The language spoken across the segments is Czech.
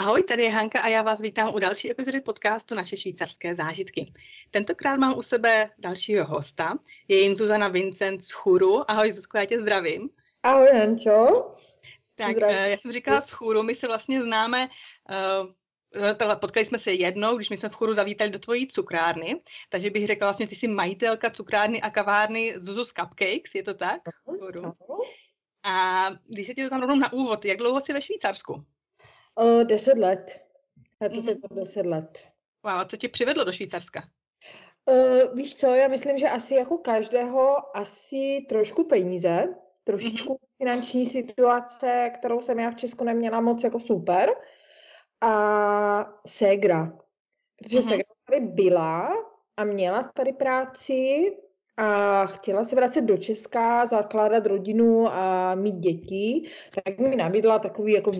Ahoj, tady je Hanka a já vás vítám u další epizody podcastu Naše švýcarské zážitky. Tentokrát mám u sebe dalšího hosta, je jim Zuzana Vincent z Churu. Ahoj Zuzko, já tě zdravím. Ahoj Hančo. Tak já jsem říkala z Churu, my se vlastně známe, potkali jsme se jednou, když my jsme v Churu zavítali do tvojí cukrárny, takže bych řekla vlastně, ty jsi majitelka cukrárny a kavárny Zuzu's Cupcakes, je to tak? Churu. A když se tě tam rovnou na úvod, jak dlouho jsi ve Švýcarsku? 10 let. To se to 10 let. Wow, a co tě přivedlo do Švýcarska? Víš co, já myslím, že asi jako každého, asi trošku peníze, trošičku finanční situace, kterou jsem já v Česku neměla moc jako super. A ségra. Protože ségra tady byla a měla tady práci a chtěla se vracet do Česka, zakládat rodinu a mít děti, tak mi nabídla takový jako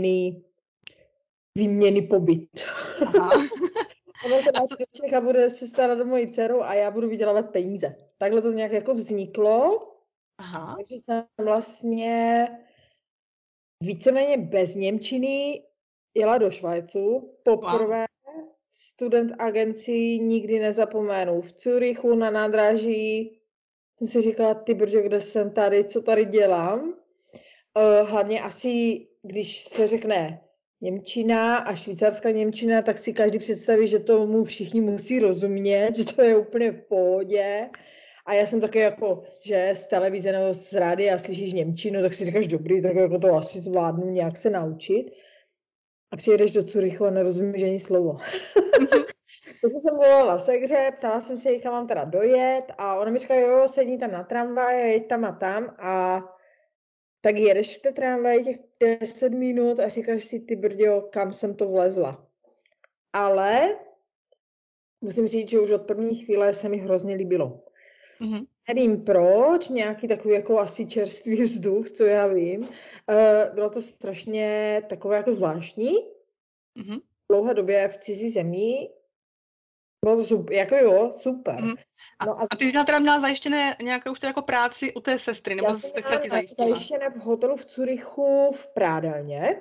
výměnný pobyt. Ona se vrátí do Čech a bude se starat o moji dceru a já budu vydělávat peníze. Takhle to nějak jako vzniklo. Aha. Takže jsem vlastně víceméně bez němčiny jela do Švajcu. Poprvé student agenci, nikdy nezapomenu. V Curychu na nádraží jsem si říkala, ty brďo, kde jsem tady, co tady dělám. Hlavně asi, když se řekne němčina a švýcarská němčina, tak si každý představí, že tomu všichni musí rozumět, že to je úplně v pohodě. A já jsem taky jako, že z televize nebo z rádia slyšíš němčinu, tak si říkáš, dobrý, tak jako to asi zvládnu nějak se naučit. A přijedeš do Curychu a nerozumíš ani slovo. Takže jsem volala segře, ptala jsem se, kam mám teda dojet a ona mi říká, jo, sedni tam na tramvaj a jeď tam a tam a tak jedeš v té tramvaji těch 10 minut a říkáš si, ty brďo, kam jsem to vlezla. Ale musím říct, že už od první chvíle se mi hrozně líbilo. Nevím proč, nějaký takový jako asi čerstvý vzduch, co já vím. Bylo to strašně takové jako zvláštní. V dlouhé době v cizí zemi. Bylo to super, jako jo, super. A ty jsi teda měla zajištěné nějakou už jako práci u té sestry, nebo sestra ti zajistila? Zajištěné v hotelu v Curychu v prádelně.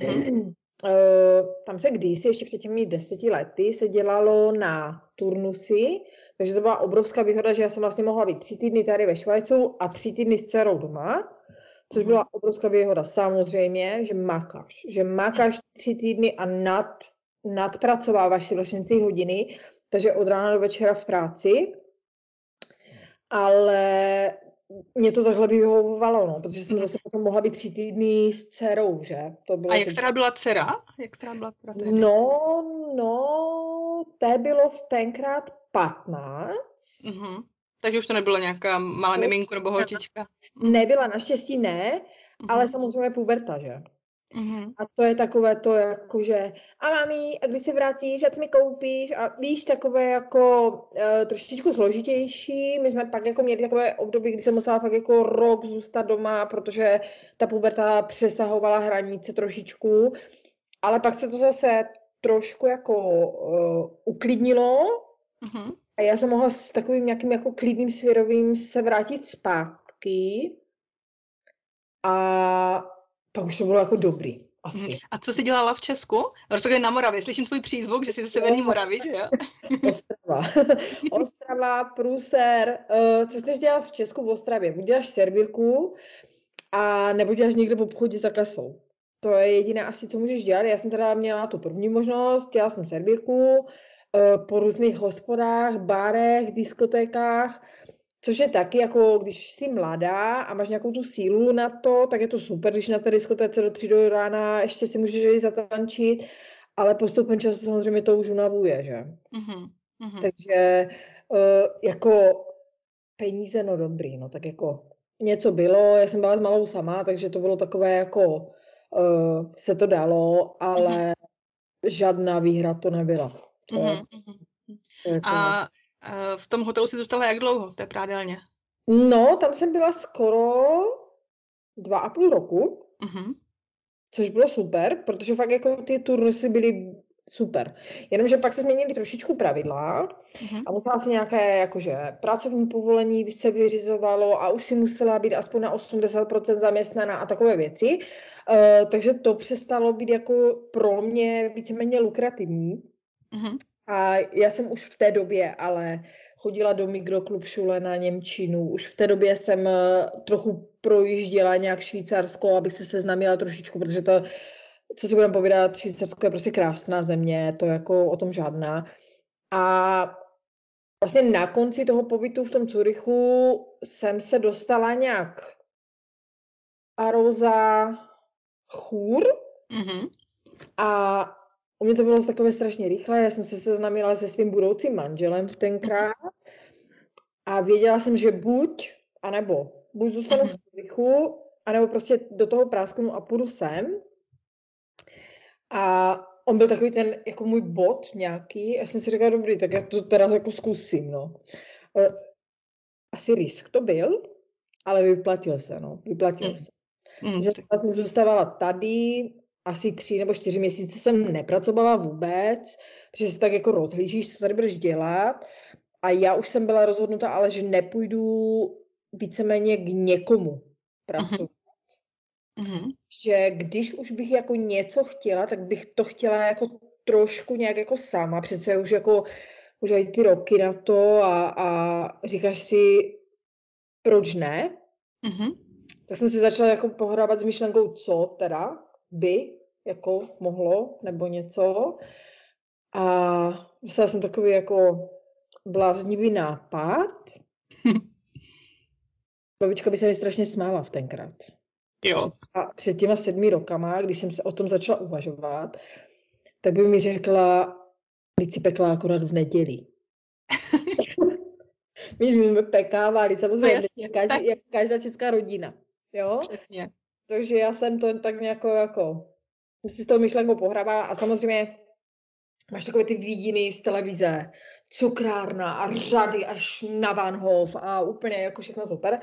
Tam se kdysi, ještě před těmi 10 lety, se dělalo na turnusy, takže to byla obrovská výhoda, že já jsem vlastně mohla být 3 týdny tady ve Švajcu a 3 týdny s dcerou doma, což byla obrovská výhoda. Samozřejmě, že makáš 3 týdny a nadpracováváš si vlastně ty hodiny, takže od rána do večera v práci, ale mě to takhle vyhovovalo, no, protože jsem zase potom mohla být 3 týdny s dcerou, že? To bylo a jak stará byla dcera? No, té bylo tenkrát 15. Takže už to nebylo nějaká malé miminko nebo holčička? Nebyla, naštěstí ne, ale samozřejmě puberta, že? A to je takové to, jakože a mami, a když se vracíš, a co mi koupíš? A víš, takové jako trošičku složitější. My jsme pak jako měli takové období, kdy jsem musela fakt jako rok zůstat doma, protože ta puberta přesahovala hranice trošičku. Ale pak se to zase trošku jako uklidnilo. A já jsem mohla s takovým nějakým jako klidným svědomím se vrátit zpátky. A pak už to bylo jako dobrý, asi. A co jsi dělala v Česku? Respektive na Moravě. Slyším tvůj přízvuk, že jsi ze severní Moravy, že jo? Ostrava, Průser. Co chceš dělat v Česku v Ostravě? Buď děláš servírku, a nebo děláš někde v obchodě za kasou. To je jediné asi, co můžeš dělat. Já jsem teda měla tu první možnost, dělala jsem servírku po různých hospodách, barech, diskotékách, což je taky, jako když jsi mladá a máš nějakou tu sílu na to, tak je to super, když na té diskotéce do 3 do rána ještě si můžeš jít zatančit, ale postupem času samozřejmě to už unavuje, že? Takže jako peníze, no dobrý, no tak jako něco bylo, já jsem byla s malou sama, takže to bylo takové jako se to dalo, ale žádná výhra to nebyla. A v tom hotelu jsi zůstala jak dlouho, v té prádelně? No, tam jsem byla skoro 2,5 roku, což bylo super, protože fakt jako ty turnusy byly super. Jenomže pak se změnily trošičku pravidla a musela si nějaké jakože pracovní povolení se vyřizovalo a už si musela být aspoň na 80% zaměstnaná a takové věci. Takže to přestalo být jako pro mě víceméně lukrativní. A já jsem už v té době ale chodila do Mikroklubu na němčinu. Už v té době jsem trochu projížděla nějak Švýcarsko, abych se seznámila trošičku, protože to, co si budeme povídat, Švýcarsko je prostě krásná země, to jako o tom žádná. A vlastně na konci toho pobytu v tom Curychu jsem se dostala nějak Arosa Chur a u mě to bylo takové strašně rychle, já jsem se seznámila se svým budoucím manželem v tenkrát a věděla jsem, že buď zůstanu v Curychu, anebo prostě do toho prásknu a půjdu sem. A on byl takový ten jako můj bod nějaký, já jsem si říkala, dobrý, tak já to teda jako zkusím, no. Asi risk to byl, ale vyplatil se. Že jsem vlastně zůstávala tady, asi 3 nebo 4 měsíce jsem nepracovala vůbec, protože se tak jako rozhlížíš, co tady budeš dělat. A já už jsem byla rozhodnuta, ale že nepůjdu víceméně k někomu pracovat. Že když už bych jako něco chtěla, tak bych to chtěla jako trošku nějak jako sama. Přece už jako už aj ty roky na to a říkáš si, proč ne? Tak jsem si začala jako pohrávat s myšlenkou, co teda by jako mohlo, nebo něco. A dostala jsem takový jako bláznivý nápad. Babička by se mi strašně smála v tenkrát. Jo. A před těma 7 rokama, když jsem se o tom začala uvažovat, tak by mi řekla, když si pekla akorát v neděli. My jsme pekávali, samozřejmě, jak každá česká rodina. Jo? Přesně. Takže já jsem to tak nějak jako si s tou myšlenkou pohrávala a samozřejmě máš takové ty vidiny z televize, cukrárna a řady až na Vanhof a úplně jako všechno super.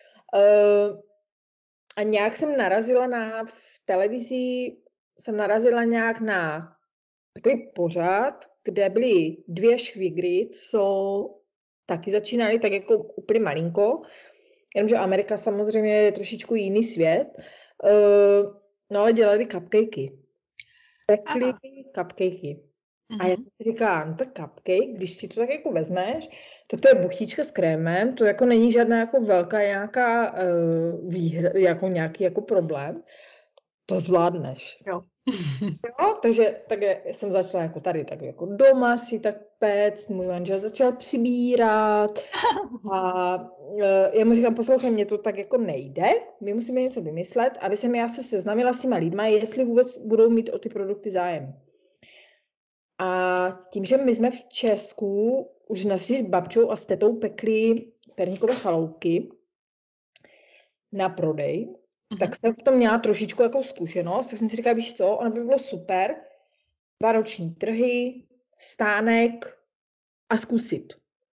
A nějak jsem narazila v televizi nějak na takový pořad, kde byly 2 švigry, co taky začínali tak jako úplně malinko, jenomže Amerika samozřejmě je trošičku jiný svět, no ale dělali cupcakey. Pekli cupcakey. A já si říkám, no tak cupcake, když si to tak jako vezmeš, tak to je buchtička s krémem, to jako není žádná jako velká nějaká jako nějaký jako problém. To zvládneš. Jo. Jo, takže jsem začala jako tady, tak jako doma si tak péct, můj manžel začal přibírat a já mu říkám, poslouchej, mě to tak jako nejde, my musíme něco vymyslet, aby jsem já se seznámila s těma lidma, jestli vůbec budou mít o ty produkty zájem. A tím, že my jsme v Česku už naši babčou a s tetou pekli perníkové chaloupky na prodej, tak jsem v tom měla trošičku jako zkušenost, tak jsem si říkala, víš co, ono by bylo super, vánoční trhy, stánek a zkusit.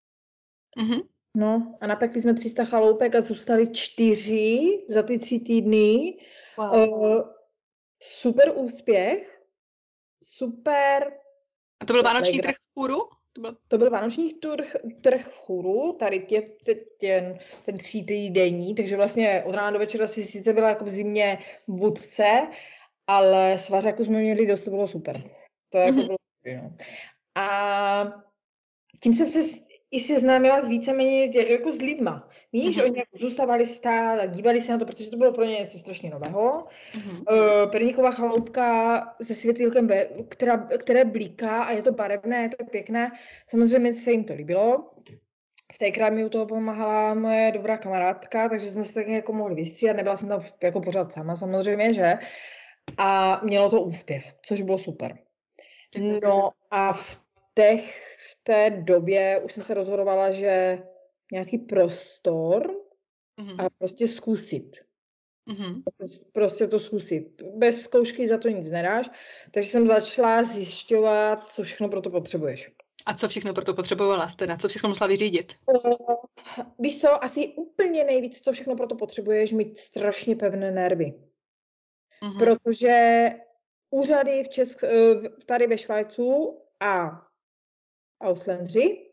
No a napekli jsme 300 chaloupek a zůstali 4 za ty 3 týdny. Wow. Super úspěch, super. A to byl vánoční trh v Churu? To byl vánoční trh v Churu, tady ten 3týdenní, takže vlastně od rána do večera si sice byla jako v zimě v budce, ale svařáku jsme měli dost, to bylo super. To jako bylo super, no. A tím jsem se i seznámila víceméně jako s lidma. Víš, oni jako zůstávali stát a dívali se na to, protože to bylo pro ně něco strašně nového. Perníková chaloupka se světýlkem, které blíká a je to barevné, je to pěkné. Samozřejmě se jim to líbilo. V té krát mi u toho pomáhala moje dobrá kamarádka, takže jsme se tak jako mohli vystřídat. Nebyla jsem tam jako pořád sama samozřejmě, že? A mělo to úspěch, což bylo super. No a v té době už jsem se rozhodovala, že nějaký prostor a prostě zkusit. Prostě to zkusit. Bez zkoušky za to nic nedáš. Takže jsem začala zjišťovat, co všechno pro to potřebuješ. A co všechno pro to potřebovala jste? Na co všechno musela vyřídit? Víš co, asi úplně nejvíc, co všechno pro to potřebuješ, mít strašně pevné nervy. Protože úřady tady ve Švajcu a Ausländři.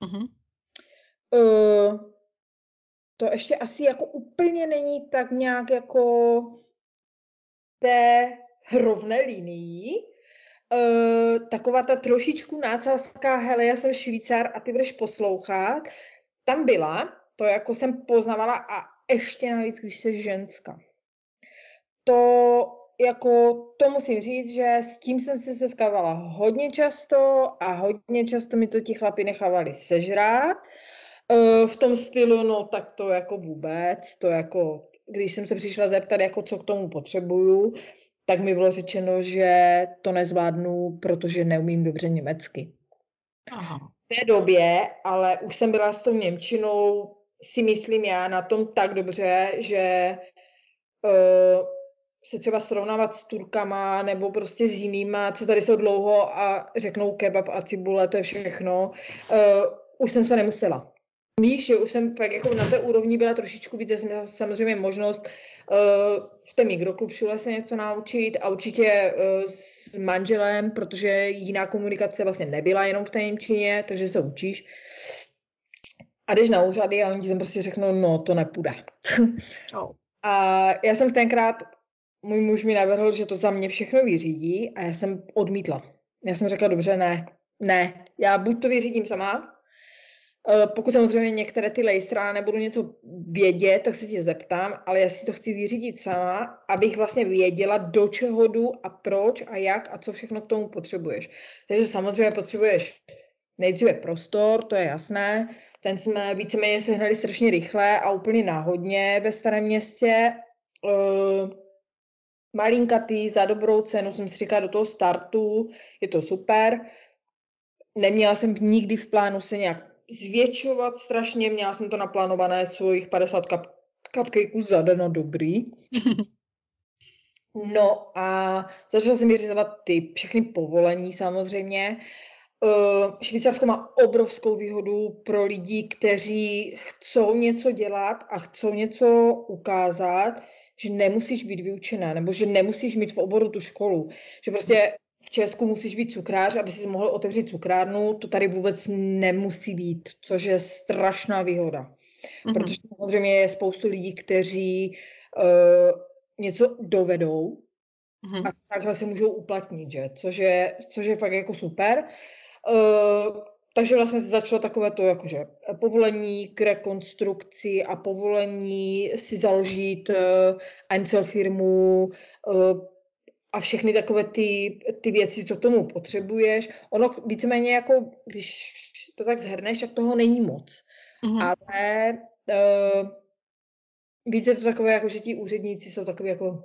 To ještě asi jako úplně není tak nějak jako té rovné linii. Taková ta trošičku nácázka, hele, já jsem Švýcar a ty budeš poslouchat, tam byla, to jako jsem poznávala a ještě navíc, když jsi ženská. To musím říct, že s tím jsem se setkávala hodně často a hodně často mi to ti chlapi nechávali sežrát. V tom stylu, no tak to jako vůbec, to jako, když jsem se přišla zeptat, jako co k tomu potřebuju, tak mi bylo řečeno, že to nezvládnu, protože neumím dobře německy. Aha. V té době, ale už jsem byla s tou němčinou, si myslím já, na tom tak dobře, že se třeba srovnávat s Turkama nebo prostě s jinýma, co tady jsou dlouho a řeknou kebab a cibule, to je všechno. Už jsem se nemusela. Víš, že už jsem tak jako na té úrovni byla trošičku víc, jsem měla samozřejmě možnost v té mikroklub šule se něco naučit a určitě s manželem, protože jiná komunikace vlastně nebyla jenom v té němčině, takže se učíš. A jdeš na úřady a oni ti tam prostě řeknou, no to nepůjde. Oh. A já jsem tenkrát, můj muž mi navrhl, že to za mě všechno vyřídí a já jsem odmítla. Já jsem řekla, dobře, ne, já buď to vyřídím sama, pokud samozřejmě některé ty lejstra nebudu něco vědět, tak se tě zeptám, ale já si to chci vyřídit sama, abych vlastně věděla, do čeho jdu a proč a jak a co všechno k tomu potřebuješ. Takže samozřejmě potřebuješ nejdříve prostor, to je jasné, ten jsme víceméně sehnali strašně rychle a úplně náhodně ve Starém Městě. Malinkatý, za dobrou cenu, jsem si říkala do toho startu, je to super. Neměla jsem nikdy v plánu se nějak zvětšovat strašně, měla jsem to naplánované svojich 50 cupcakeů za den, no dobrý. No a začala jsem vyřizovat ty všechny povolení samozřejmě. Švýcarsko má obrovskou výhodu pro lidi, kteří chcou něco dělat a chcou něco ukázat, že nemusíš být vyučená, nebo že nemusíš mít v oboru tu školu. Že prostě v Česku musíš být cukrář, aby si mohl otevřít cukrárnu, to tady vůbec nemusí být, což je strašná výhoda. Protože samozřejmě je spoustu lidí, kteří něco dovedou a takhle se můžou uplatnit, že? Což je fakt jako super. Takže vlastně se začalo takové to, jakože povolení k rekonstrukci a povolení si založit Einzelfirmu a všechny takové ty věci, co k tomu potřebuješ. Ono víceméně jako, když to tak zhrneš, tak toho není moc. Ale víc je to takové, jako, že ti úředníci jsou takový jako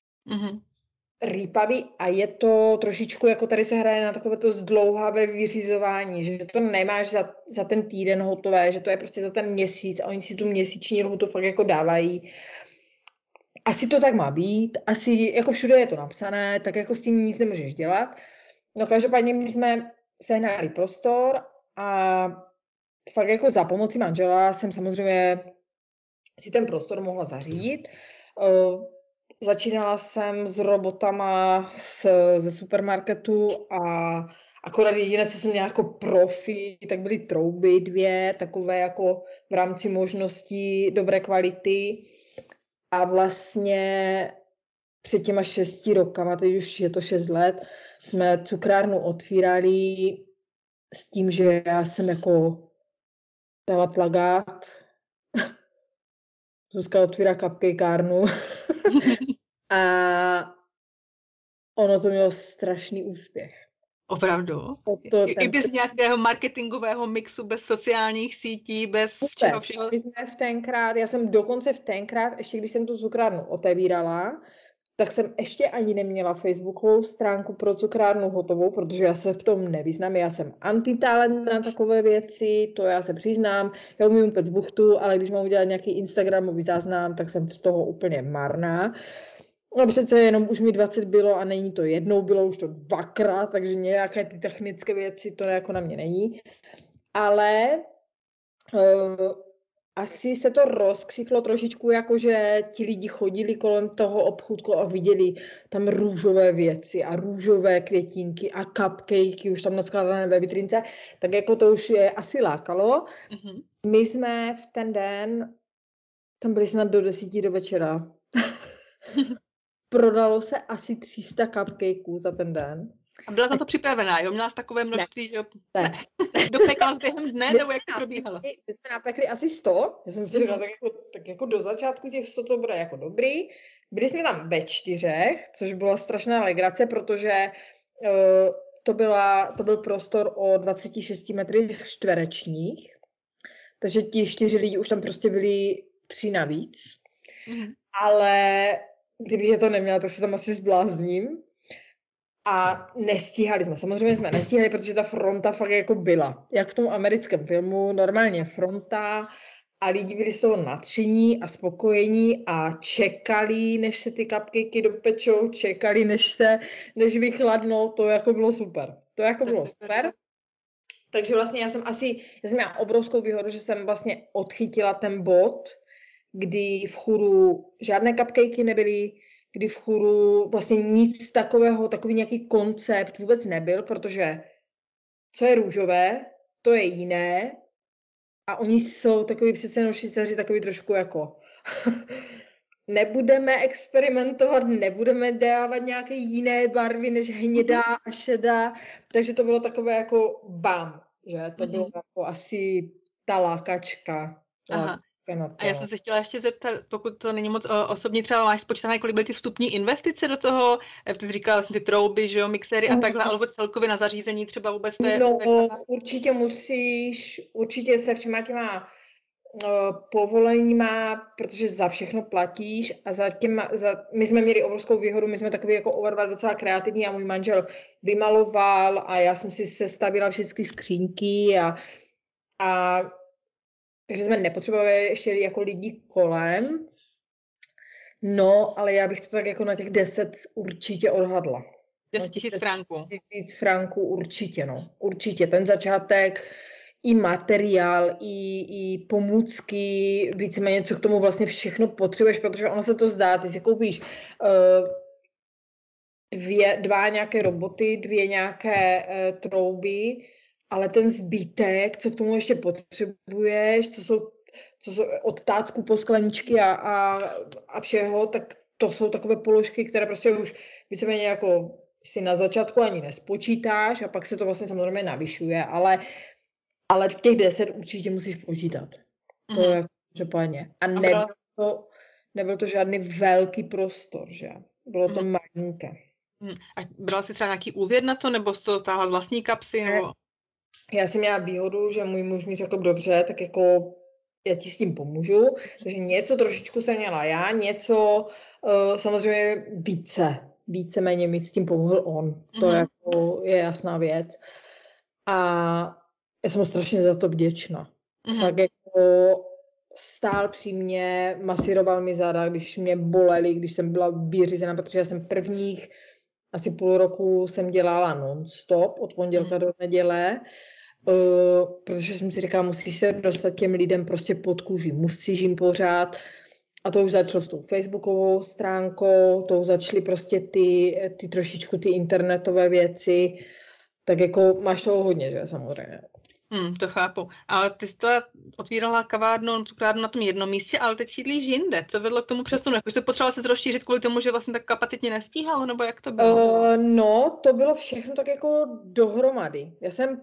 rýpavý a je to trošičku, jako tady se hraje na takové to zdlouhavé vyřizování, že to nemáš za ten týden hotové, že to je prostě za ten měsíc a oni si tu měsíční lhůtu fakt jako dávají. Asi to tak má být, asi jako všude je to napsané, tak jako s tím nic nemůžeš dělat. No každopádně my jsme sehnali prostor a fakt jako za pomoci manžela jsem samozřejmě si ten prostor mohla zařídit. Začínala jsem s robotama ze supermarketu a akorát jediné, co jsem měla jako profi, tak byly trouby 2, takové jako v rámci možností dobré kvality. A vlastně před těma 6 rokama, teď už je to 6 let, jsme cukrárnu otvírali s tím, že já jsem jako dala plakát. Zuzka otvírá cupcakárnu. A ono to mělo strašný úspěch. Opravdu? I bez nějakého marketingového mixu, bez sociálních sítí, bez čeho všeho? Já jsem dokonce v tenkrát, ještě když jsem tu cukrárnu otevírala, tak jsem ještě ani neměla facebookovou stránku pro cukrárnu hotovou, protože já se v tom nevyznám. Já jsem antitalent na takové věci, to já se přiznám. Já umím pec buchtu, ale když mám udělat nějaký instagramový záznam, tak jsem z toho úplně marná. No přece jenom už mi 20 bylo a není to jednou, bylo už to 2krát, takže nějaké ty technické věci to jako na mě není. Ale asi se to rozkřiklo trošičku, jakože ti lidi chodili kolem toho obchůdku a viděli tam růžové věci a růžové květinky a cupcakey už tam naskládané ve vitrince, tak jako to už je asi lákalo. Mm-hmm. My jsme v ten den tam byli snad do 10 do večera. Prodalo se asi 300 cupcakeů za ten den. A byla tam to připravená, jo? Měla jsi takové množství, že jo? Ne. Dopekla jsi během dne, nebo jak to probíhalo? My jsme napekli asi 100. Já jsem si říkala, tak jako do začátku těch 100 to bude jako dobrý. Byli jsme tam ve 4, což byla strašná legrace, protože to byl prostor o 26 metrech čtverečních. Takže ti 4 lidi už tam prostě byli 3 navíc. Mm. Ale kdybych je to neměla, tak se tam asi zblázním. A nestíhali jsme. Samozřejmě jsme nestíhali, protože ta fronta fakt jako byla. Jak v tom americkém filmu, normálně fronta a lidi byli z toho nadšení a spokojení a čekali, než se ty cupcakey dopečou, čekali, než vychladnou. To jako bylo super. Takže vlastně já jsem měla obrovskou výhodu, že jsem vlastně odchytila ten bod, kdy v chůru žádné cupcakey nebyly, kdy v chůru vlastně nic takového, takový nějaký koncept vůbec nebyl, protože co je růžové, to je jiné a oni jsou takový přece jenom Švýcaři, takový trošku jako nebudeme experimentovat, nebudeme dávat nějaké jiné barvy než hnědá a šedá, takže to bylo takové jako bam, že to bylo jako asi ta lákačka. Aha. A já jsem se chtěla ještě zeptat, pokud to není moc osobní, třeba máš spočítané, kolik byly ty vstupní investice do toho, jak ty jsi říkala, vlastně ty trouby, že jo, mixéry a takhle, ale celkově na zařízení třeba vůbec to je... No, určitě se všema těma povoleníma, protože za všechno platíš a my jsme měli obrovskou výhodu, my jsme takový jako oba dva docela kreativní a můj manžel vymaloval a já jsem si sestavila všechny skřínky a takže jsme nepotřebovali ještě jako lidi kolem. No, ale já bych to tak jako na těch 10 určitě odhadla. 10 000 franků. 10 000 franků určitě, no. Určitě. Ten začátek, i materiál, i pomůcky, víceméně, co k tomu vlastně všechno potřebuješ, protože ono se to zdá, ty si koupíš dva nějaké roboty, 2 nějaké trouby, ale ten zbytek, co k tomu ještě potřebuješ, co jsou od tácku po skleničky a všeho, tak to jsou takové položky, které prostě už víceméně jako si na začátku ani nespočítáš a pak se to vlastně samozřejmě navyšuje, ale těch 10 určitě musíš počítat. To je jako přepáně. A nebyl to žádný velký prostor, že? Bylo to malinké. A brala jsi třeba nějaký úvěr na to, nebo jsi to stáhla z vlastní kapsy? Nebo... Já jsem měla výhodu, že můj muž mi řekl, dobře, tak jako já ti s tím pomůžu. Takže něco trošičku jsem měla já, něco samozřejmě víceméně mi s tím pomohl on. To jako je jasná věc. A já jsem mu strašně za to vděčná. Fakt jako stál při mě, masíroval mi záda, když mě bolely, když jsem byla vyřízená, protože já jsem prvních asi půl roku jsem dělala non-stop od pondělka do neděle, protože jsem si říkala, musíš se dostat těm lidem prostě pod kůži, musíš jim pořád. A to už začalo s tou facebookovou stránkou, to už začaly prostě ty trošičku ty internetové věci, tak jako máš toho hodně, že samozřejmě. To chápu. Ale ty jsi to otvírala kavárnu, cukrárnu na tom jednom místě, ale teď sídlíš jinde. Co vedlo k tomu přesunu? Jako jsi potřebovala se rozšířit kvůli tomu, že vlastně tak kapacitně nestíhalo, nebo jak to bylo? No, to bylo všechno tak jako dohromady. Já jsem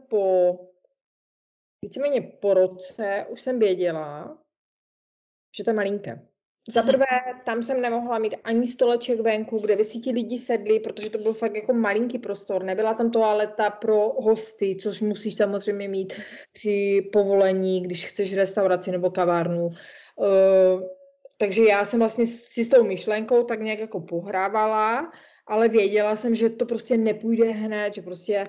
víceméně po roce už jsem věděla, že to je malinké. Za prvé, tam jsem nemohla mít ani stoleček venku, kde by si ti lidi sedli, protože to byl fakt jako malinký prostor. Nebyla tam toaleta pro hosty, což musíš samozřejmě mít při povolení, když chceš restauraci nebo kavárnu. Takže já jsem vlastně si s tou myšlenkou tak nějak jako pohrávala, ale věděla jsem, že to prostě nepůjde hned, že prostě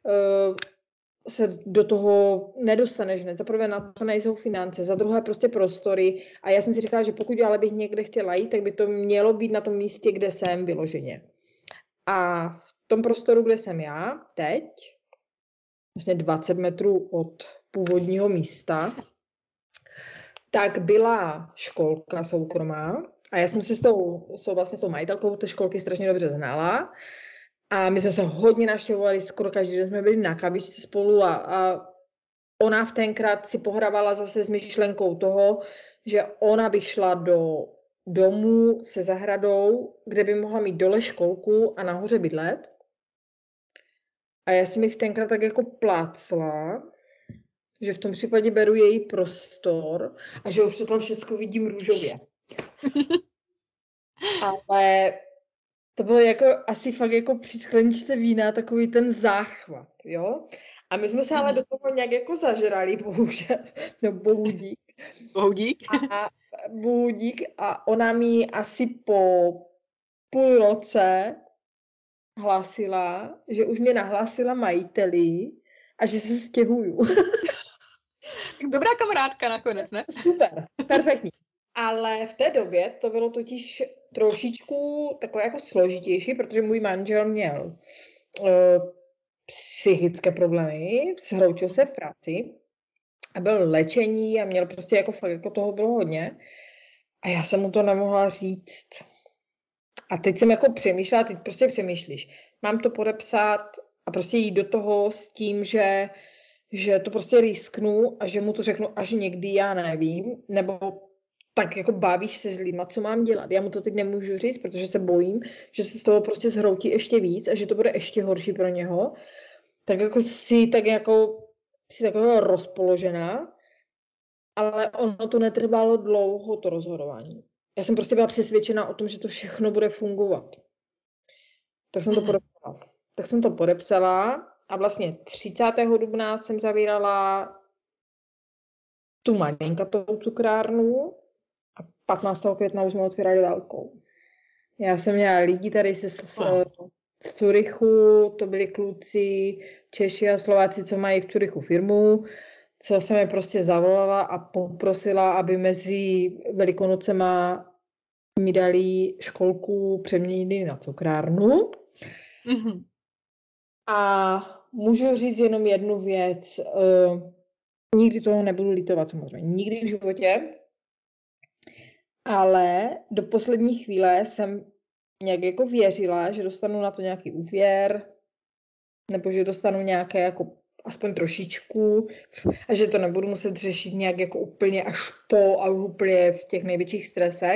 se do toho nedostaneš hned. Za prvé na to nejsou finance, za druhé prostě prostory. A já jsem si říkala, že pokud ale bych někde chtěla jít, tak by to mělo být na tom místě, kde jsem vyloženě. A v tom prostoru, kde jsem já teď, vlastně 20 metrů od původního místa, tak byla školka soukromá a já jsem se s tou majitelkou té školky strašně dobře znala a my jsme se hodně navštěvovali, skoro každý den jsme byli na kavičce spolu a ona v tenkrát si pohrávala zase s myšlenkou toho, že ona by šla do domu se zahradou, kde by mohla mít dole školku a nahoře bydlet. A já si mi v tenkrát tak jako plácla, že v tom případě beru její prostor a že už to tam všechno vidím růžově. Ale to bylo jako asi fakt jako při skleničce vína takový ten záchvat, jo. A my jsme se ale do toho nějak jako zažrali, bohužel, no bohudík. Bohudík? Bohudík a ona mi asi po půl roce hlásila, že už mě nahlásila majiteli a že se stěhuju. Dobrá kamarádka nakonec, ne? Super, perfektní. Ale v té době to bylo totiž trošičku takové jako složitější, protože můj manžel měl psychické problémy, zhroutil se v práci a byl léčení a měl prostě jako fakt jako toho bylo hodně. A já jsem mu to nemohla říct. A teď jsem jako přemýšlela, teď prostě přemýšlíš. Mám to podepsat a prostě jít do toho s tím, že to prostě risknu a že mu to řeknu až někdy, já nevím, nebo tak jako bavíš se s lidma, co mám dělat. Já mu to teď nemůžu říct, protože se bojím, že se z toho prostě zhroutí ještě víc a že to bude ještě horší pro něho. Tak jako si takového rozpoložená, ale ono to netrvalo dlouho, to rozhodování. Já jsem prostě byla přesvědčena o tom, že to všechno bude fungovat. Tak jsem to podepsala a vlastně 30. dubna jsem zavírala tu malinkatou cukrárnu a 15. května už jsme otvírali velkou. Já jsem měla lidi tady z Curychu, to byli kluci, Češi a Slováci, co mají v Curychu firmu, co jsem je prostě zavolala a poprosila, aby mezi Velikonocema mi dali školku, přeměnili na cukrárnu. Mm-hmm. A můžu říct jenom jednu věc. Nikdy toho nebudu litovat samozřejmě. Nikdy v životě. Ale do poslední chvíle jsem nějak jako věřila, že dostanu na to nějaký úvěr, nebo že dostanu nějaké jako aspoň trošičku a že to nebudu muset řešit nějak jako úplně až po a úplně v těch největších stresech.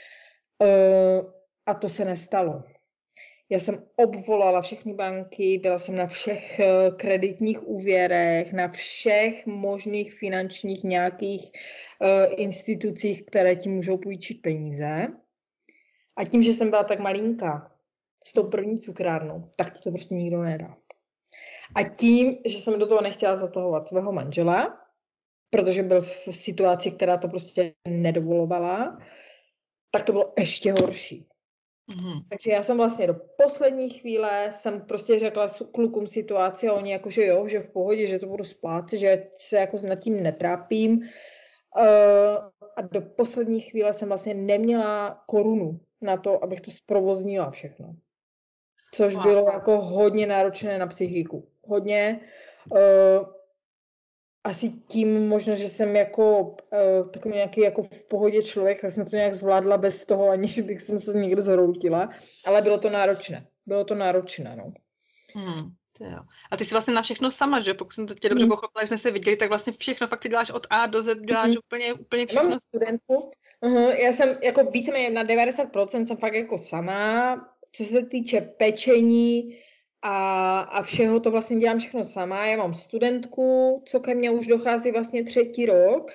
A to se nestalo. Já jsem obvolala všechny banky, byla jsem na všech kreditních úvěrech, na všech možných finančních nějakých institucích, které ti můžou půjčit peníze. A tím, že jsem byla tak malinká s tou první cukrárnou, tak to prostě nikdo nedá. A tím, že jsem do toho nechtěla zatahovat svého manžela, protože byl v situaci, která to prostě nedovolovala, tak to bylo ještě horší. Mm-hmm. Takže já jsem vlastně do poslední chvíle jsem prostě řekla klukům situaci a oni jakože jo, že v pohodě, že to budu splácet, že se jako nad tím netrápím. A do poslední chvíle jsem vlastně neměla korunu na to, abych to zprovoznila všechno. Což bylo jako hodně náročné na psychiku. Hodně. Asi tím možná, že jsem jako takový nějaký jako v pohodě člověk, tak jsem to nějak zvládla bez toho, aniž bych se někde zhroutila. Ale bylo to náročné. No. To jo. A ty jsi vlastně na všechno sama, že? Pokud jsem to tě dobře pochopila, že jsme se viděli, tak vlastně všechno fakt ty děláš od A do Z, děláš úplně všechno. Já mám studentku. Já jsem jako víceméně na 90% jsem fakt jako sama. Co se týče pečení a všeho, to vlastně dělám všechno sama. Já mám studentku, co ke mně už dochází vlastně 3. rok,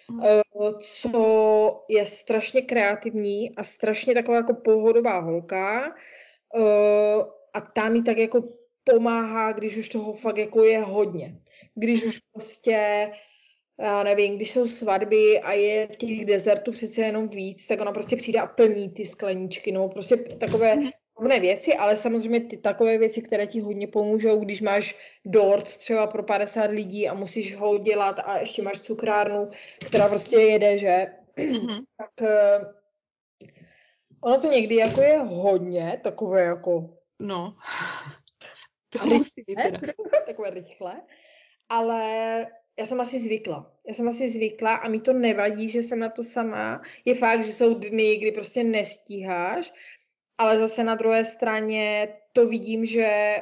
co je strašně kreativní a strašně taková jako pohodová holka. A ta mi tak jako pomáhá, když už toho fakt jako je hodně. Když už prostě, já nevím, když jsou svatby a je těch dezertů přece jenom víc, tak ona prostě přijde a plní ty skleničky, no prostě takové věci, ale samozřejmě ty takové věci, které ti hodně pomůžou, když máš dort třeba pro 50 lidí a musíš ho dělat a ještě máš cukrárnu, která prostě jede, že? Tak ono to někdy jako je hodně takové jako to musí teda. takové rychle, ale Já jsem asi zvykla a mi to nevadí, že jsem na to sama. Je fakt, že jsou dny, kdy prostě nestíháš, ale zase na druhé straně to vidím, že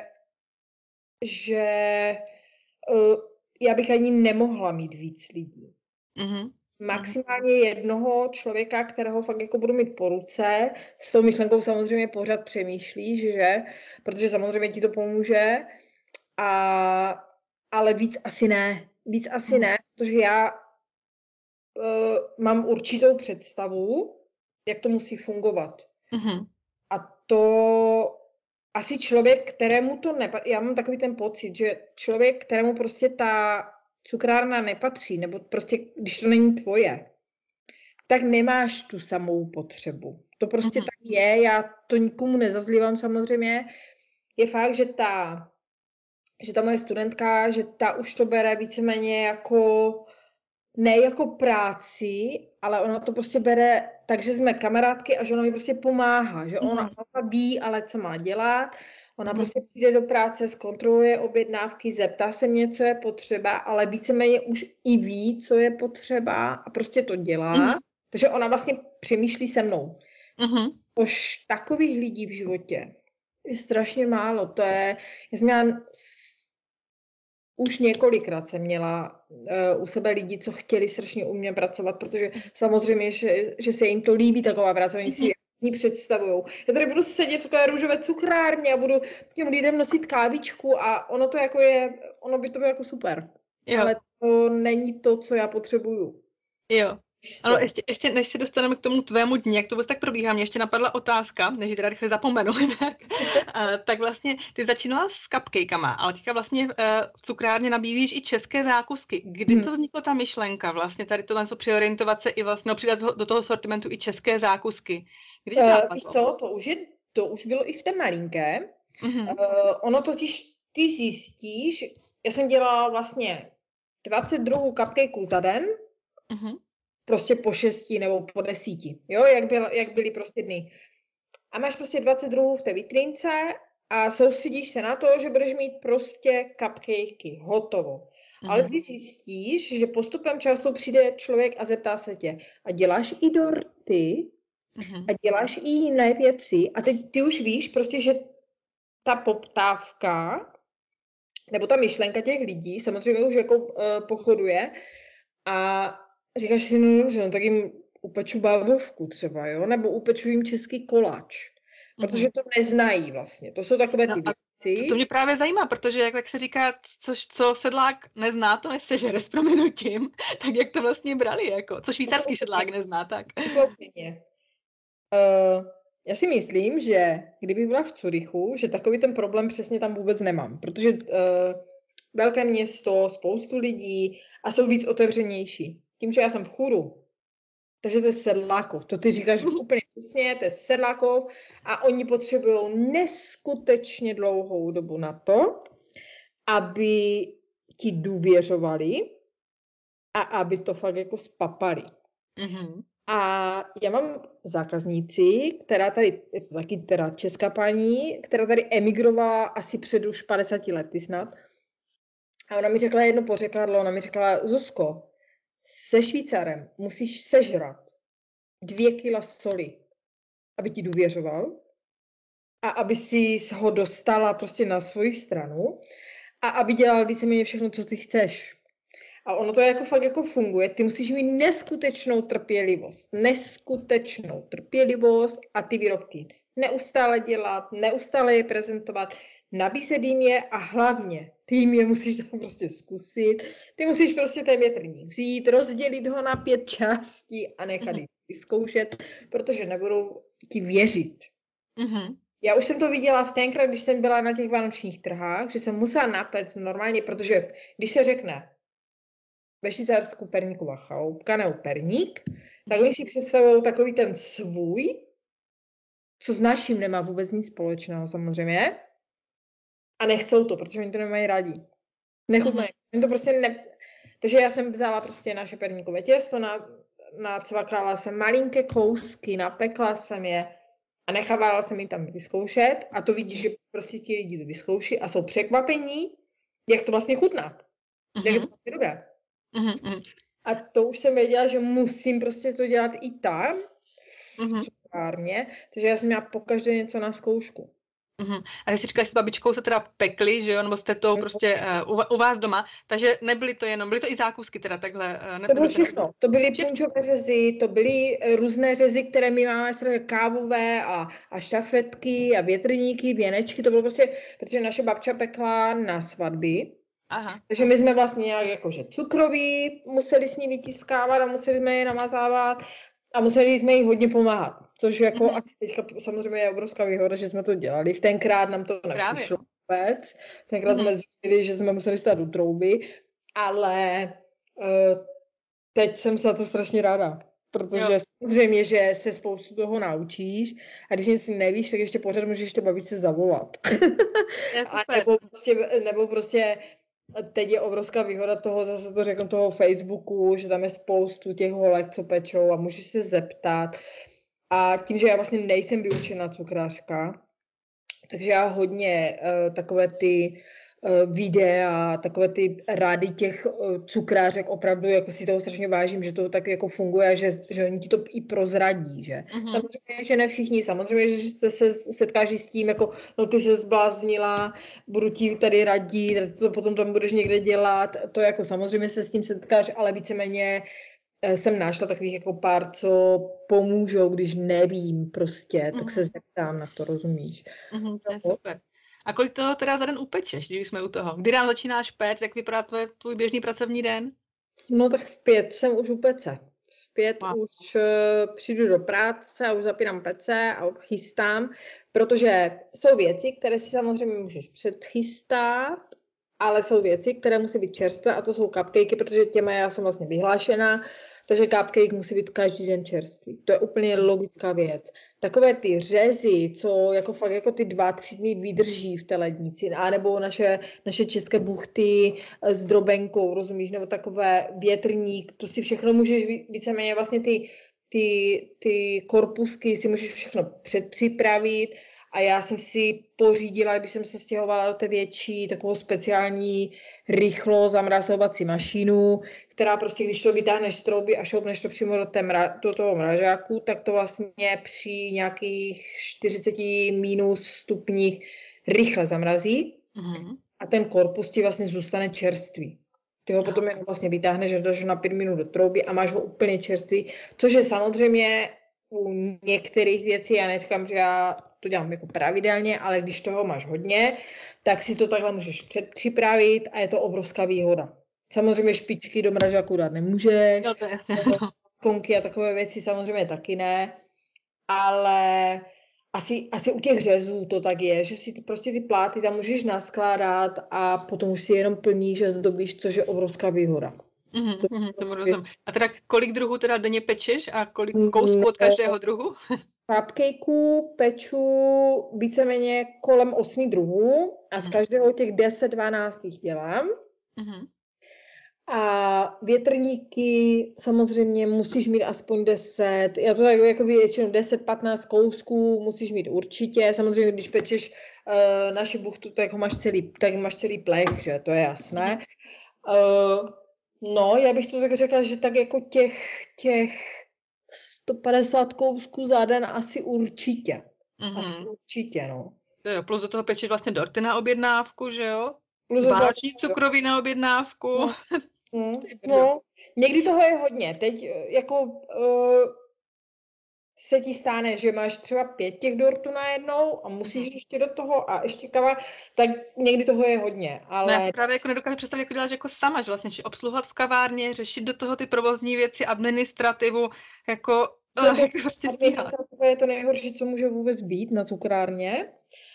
já bych ani nemohla mít víc lidí. Maximálně jednoho člověka, kterého fakt jako budu mít po ruce. S tou myšlenkou samozřejmě pořád přemýšlíš, že? Protože samozřejmě ti to pomůže. Ale víc asi ne. Protože já mám určitou představu, jak to musí fungovat. A to asi člověk, kterému to nepatří, já mám takový ten pocit, že člověk, kterému prostě ta cukrárna nepatří, nebo prostě, když to není tvoje, tak nemáš tu samou potřebu. To prostě tak je, já to nikomu nezazlívám samozřejmě. Je fakt, že ta moje studentka, že ta už to bere víceméně jako, ne jako práci, ale ona to prostě bere tak, že jsme kamarádky a že ona mi prostě pomáhá, že ona ví, ale co má dělat. Ona prostě přijde do práce, zkontroluje objednávky, zeptá se mě, co je potřeba, ale víceméně už i ví, co je potřeba a prostě to dělá. Takže ona vlastně přemýšlí se mnou. Už takových lidí v životě je strašně málo. To je, já jsem měla, už několikrát jsem měla u sebe lidi, co chtěli strašně u mě pracovat, protože samozřejmě, že se jim to líbí, taková práce, oni si ji představujou. Já tady budu sedět v takové růžové cukrárně a budu těm lidem nosit kávičku a ono to jako je, ono by to bylo jako super. Jo. Ale to není to, co já potřebuju. Jo. Ano, ještě než se dostaneme k tomu tvému dni, jak to vůbec tak probíhá, mě ještě napadla otázka, než ji teda rychle zapomenu. Tak vlastně ty začínala s cupcakama, ale teďka vlastně v cukrárně nabízíš i české zákusky. Kdy to vznikla ta myšlenka vlastně tady tohle přeorientovat se i vlastně přidat do toho sortimentu i české zákusky? Kdy víš co, to už bylo i v té malinké. Ono totiž, ty zjistíš, já jsem dělala vlastně 22 cupcakeů za den, prostě po 6 nebo po 10, jo, jak byly prostě dny. A máš prostě 22 v té vitrínce a soustředíš se na to, že budeš mít prostě cupcakey, hotovo. Ale ty zjistíš, že postupem času přijde člověk a zeptá se tě, a děláš i dorty? A děláš i jiné věci? A teď ty už víš prostě, že ta poptávka, nebo ta myšlenka těch lidí, samozřejmě už jako pochoduje a říkáš si, no tak jim upeču bábovku třeba, jo, nebo upeču jim český koláč, protože to neznají vlastně, to jsou takové ty věci. To mě právě zajímá, protože jak se říká, co sedlák nezná, to nesežere s prominutím, tak jak to vlastně brali, jako, co švýcarský sedlák nezná, tak. Poslouchejně. Já si myslím, že kdyby byla v Curychu, že takový ten problém přesně tam vůbec nemám, protože velké město, spoustu lidí a jsou víc otevřenější. Tím, že já jsem v Chůru, takže to je sedlákov. To ty říkáš úplně přesně, to je sedlákov a oni potřebují neskutečně dlouhou dobu na to, aby ti důvěřovali a aby to fakt jako spapali. A já mám zákazníci, která tady, je to taky teda česká paní, která tady emigrovala asi před už 50 lety snad. A ona mi řekla jedno pořekadlo, ona mi řekla, Zuzko, se Švýcarem musíš sežrat 2 kila soli, aby ti důvěřoval a aby si ho dostala prostě na svoji stranu a aby dělal víceméně všechno, co ty chceš. A ono to jako fakt jako funguje. Ty musíš mít neskutečnou trpělivost a ty výrobky neustále dělat, neustále je prezentovat, nabízet jim je a hlavně ty jim je musíš tam prostě zkusit. Ty musíš prostě ten větrník vzít, rozdělit ho na 5 částí a nechat ji vyzkoušet, protože nebudou ti věřit. Já už jsem to viděla v tenkrát, když jsem byla na těch vánočních trhách, že jsem musela napéct normálně, protože když se řekne ve Švýcarsku perníková chaloupka nebo perník, tak oni si představují takový ten svůj, co s naším nemá vůbec nic společného samozřejmě. A nechcou to, protože oni to nemají rádi. Nechutnají. To prostě Takže já jsem vzala prostě naše perníkové těsto, nacvakala jsem malinké kousky, napekla jsem je a nechávala jsem ji tam vyzkoušet a to vidíš, že prostě ti lidi to vyzkouší a jsou překvapení, jak to vlastně chutná. Jak je to vlastně dobré. A to už jsem věděla, že musím prostě to dělat i tam, Mhm. v cukrárně, takže já jsem měla pokaždé něco na zkoušku. A ty si říkala, že s babičkou se teda pekli, že jo, nebo jste to prostě u vás doma, takže nebyly to jenom, byly to i zákusky teda takhle. To bylo všechno. To byly punčové řezy, to byly různé řezy, které my máme, kávové a šafetky a větrníky, věnečky, to bylo prostě, protože naše babča pekla na svatby. Aha. Takže my jsme vlastně nějak jakože cukroví, museli s ní vytiskávat a museli jsme je namazávat a museli jsme jí hodně pomáhat. Což jako asi teďka samozřejmě je obrovská výhoda, že jsme to dělali. V tenkrát nám to nepřišlo vůbec. Tenkrát jsme zjistili, že jsme museli stát u trouby, ale teď jsem za to strašně ráda. Protože samozřejmě, že se spoustu toho naučíš a když nic nevíš, tak ještě pořád můžeš to babičce zavolat. nebo prostě teď je obrovská výhoda toho, zase to řeknu, toho Facebooku, že tam je spoustu těch holek, co pečou a můžeš se zeptat. A tím, že já vlastně nejsem vyučená cukrářka, takže já hodně takové ty videa, takové ty rády těch cukrářek opravdu jako si toho strašně vážím, že to tak jako funguje a že oni ti to i prozradí, že? Samozřejmě, že ne všichni, samozřejmě, že se setkáš s tím, jako no ty se zbláznila, budu ti tady radit, to potom tam budeš někde dělat, to jako samozřejmě se s tím setkáš, ale víceméně jsem našla takových jako pár, co pomůžou, když nevím prostě, tak se zeptám na to, rozumíš? To je super. A kolik toho teda za den upečeš, když jsme u toho? Kdy ráno začínáš péct, jak vypadá tvůj běžný pracovní den? No tak v 5 jsem už u pece. V 5 už přijdu do práce a už zapínám pece a chystám, protože jsou věci, které si samozřejmě můžeš předchystat, ale jsou věci, které musí být čerstvé a to jsou cupcakey, protože těmi já jsem vlastně vyhlášená, takže cupcake musí být každý den čerstvý. To je úplně logická věc. Takové ty řezy, co jako fakt jako ty 2-3 dny vydrží v té lednici, anebo naše české buchty s drobenkou, rozumíš, nebo takové větrník, to si všechno můžeš víceméně vlastně ty korpusky si můžeš všechno předpřipravit a já jsem si pořídila, když jsem se stěhovala do té větší, takovou speciální rychlo zamrazovací mašínu, která prostě, když to vytáhneš z trouby a šoupneš to přímo do toho mrazáku, tak to vlastně při nějakých 40 minus stupních rychle zamrazí a ten korpus ti vlastně zůstane čerstvý. Ty ho potom jenom vlastně vytáhneš až dáš na 5 minut do trouby a máš ho úplně čerstvý, což je samozřejmě u některých věcí, já neříkám, že já to dělám jako pravidelně, ale když toho máš hodně, tak si to takhle můžeš předpřipravit a je to obrovská výhoda. Samozřejmě špičky do mrazáku dát nemůžeš, konky a takové věci samozřejmě taky ne, ale asi u těch řezů to tak je, že si prostě ty pláty tam můžeš naskládat a potom už si jenom plníš a zdobíš, což je obrovská výhoda. Tomu rozumím. A teda kolik druhů teda denně pečeš a kolik kousků od každého druhu? Cupcakeů peču víceméně kolem 8 druhů a z každého těch 10-12 jich dělám. A větrníky samozřejmě musíš mít aspoň 10, já to tak jako většinou 10-15 kousků musíš mít určitě, samozřejmě když pečeš naši buchtu, tak máš celý plech, že to je jasné. No, já bych to tak řekla, že tak jako těch 150 kousků za den asi určitě. Asi určitě, no. Jo, plus do toho pečeš vlastně dorty na objednávku, že jo? Vánoční cukroví na objednávku. No, někdy toho je hodně. Teď jako se ti stane, že máš třeba 5 těch dortů najednou a musíš ještě do toho a ještě kava, tak někdy toho je hodně. Ale... No já si právě jako nedokážu představit, jako dělat jako sama, že vlastně obsluhovat v kavárně, řešit do toho ty provozní věci, administrativu, jako... Administrativa je to nejhorší, co může vůbec být na cukrárně.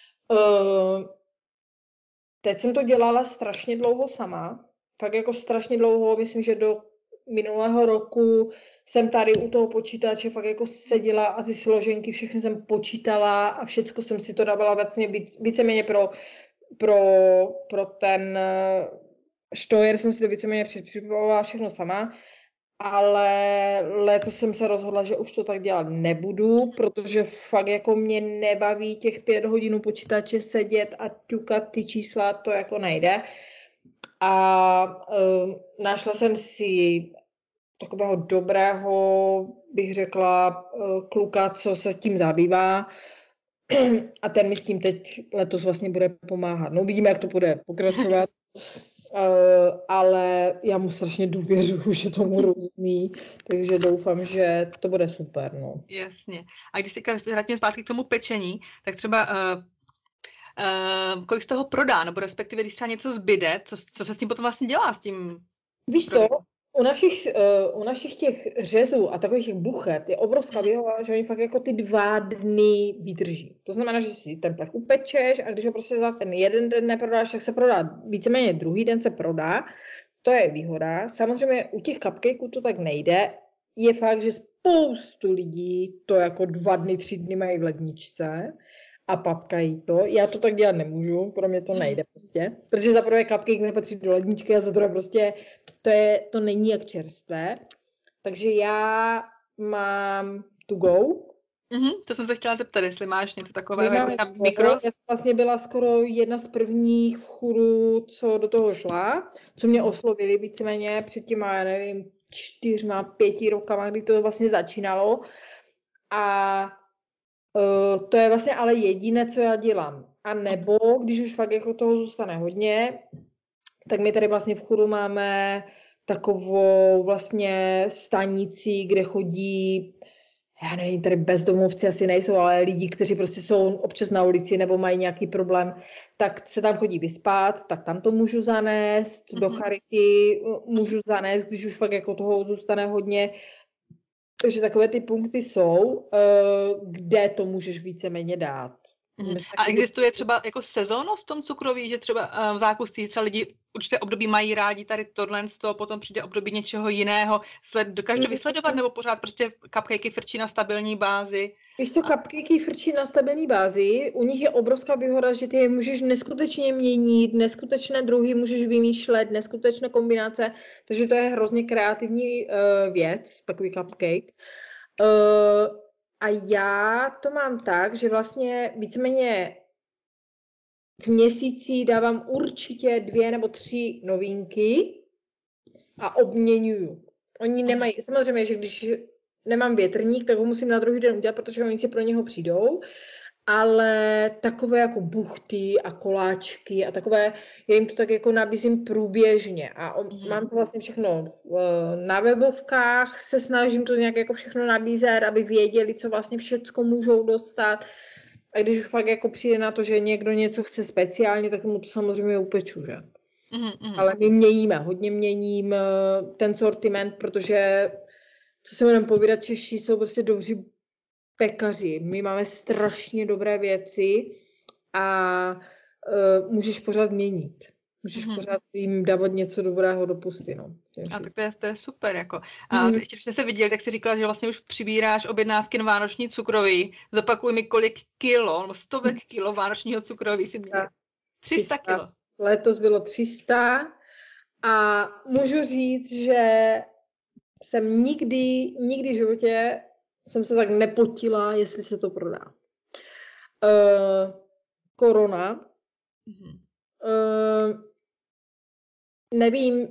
Teď jsem to dělala strašně dlouho sama. Fakt jako strašně dlouho, myslím, že do minulého roku jsem tady u toho počítače fakt jako seděla a ty složenky všechny jsem počítala a všecko jsem si to dávala vlastně víceméně pro ten štojer jsem si to víceméně připravovala všechno sama, ale letos jsem se rozhodla, že už to tak dělat nebudu, protože fakt jako mě nebaví těch 5 hodin počítače sedět a ťukat ty čísla, to jako nejde. A našla jsem si takového dobrého, bych řekla, kluka, co se s tím zabývá. A ten mi s tím teď letos vlastně bude pomáhat. No uvidíme, jak to bude pokračovat. Ale já mu strašně důvěřuju, že tomu rozumí, takže doufám, že to bude super. No. Jasně. A když se vrátíme zpátky k tomu pečení, tak třeba kolik z toho prodá, nebo respektive když třeba něco zbyde, co se s tím potom vlastně dělá s tím? Víš co, u našich těch řezů a takových těch buchet je obrovská výhoda, že oni fakt jako ty 2 dny vydrží. To znamená, že si ten plech upečeš a když ho prostě za ten jeden den neprodáš, tak se prodá víceméně druhý den se prodá. To je výhoda. Samozřejmě u těch cupcakeů to tak nejde. Je fakt, že spoustu lidí to jako 2 dny, 3 dny mají v ledničce a papkají to. Já to tak dělat nemůžu, pro mě to nejde prostě. Protože za prvé cupcake nepatří do ledničky a za druhé prostě to není jak čerstvé. Takže já mám to go. To jsem se chtěla zeptat, jestli máš něco takového, jako tam mikros. Já jsem vlastně byla skoro jedna z prvních v chůru, co do toho šla, co mě oslovili víceméně před těma, já nevím, 4-5 rokama, kdy to vlastně začínalo. A to je vlastně ale jediné, co já dělám. A nebo, když už fakt jako toho zůstane hodně, tak my tady vlastně v chůru máme takovou vlastně stanici, kde chodí, já nevím, tady bezdomovci asi nejsou, ale lidi, kteří prostě jsou občas na ulici nebo mají nějaký problém, tak se tam chodí vyspat, tak tam to můžu zanést, do charity můžu zanést, když už fakt jako toho zůstane hodně. Takže takové ty punkty jsou, kde to můžeš víceméně dát. A existuje třeba jako sezónnost v tom cukroví, že třeba v zákulisí třeba lidi určité období mají rádi tady tohle, z toho potom přijde období něčeho jiného. Dokážeš to vysledovat, nebo pořád prostě cupcakey frčí na stabilní bázi? Víš co, cupcakey frčí na stabilní bázi, u nich je obrovská výhoda, že ty je můžeš neskutečně měnit, neskutečné druhy můžeš vymýšlet, neskutečné kombinace, takže to je hrozně kreativní věc, takový cupcake. A já to mám tak, že vlastně víceméně v měsíci dávám určitě 2 nebo 3 novinky a obměňuju. Oni nemají, samozřejmě, že když nemám větrník, tak ho musím na druhý den udělat, protože oni si pro něho přijdou, ale takové jako buchty a koláčky a takové, já jim to tak jako nabízím průběžně a mám to vlastně všechno na webovkách, se snažím to nějak jako všechno nabízet, aby věděli, co vlastně všecko můžou dostat. A když už fakt jako přijde na to, že někdo něco chce speciálně, tak mu to samozřejmě upeču, že? Ale my hodně měním ten sortiment, protože, co se budeme povídat, Češi jsou prostě dobří pekaři. My máme strašně dobré věci a můžeš pořád měnit. Můžeš pořád jim dávat něco dobrého do pusy. No. A tak to je super. Jako. A ještě, když jsme se viděli, tak jsi říkala, že vlastně už přibíráš objednávky na vánoční cukroví. Zopakuj mi, kolik kilo, nebo stovek kilo vánočního cukroví si měla. 300 kilo. Letos bylo 300 a můžu říct, že jsem nikdy v životě jsem se tak nepotila, jestli se to prodá. Korona. Nevím,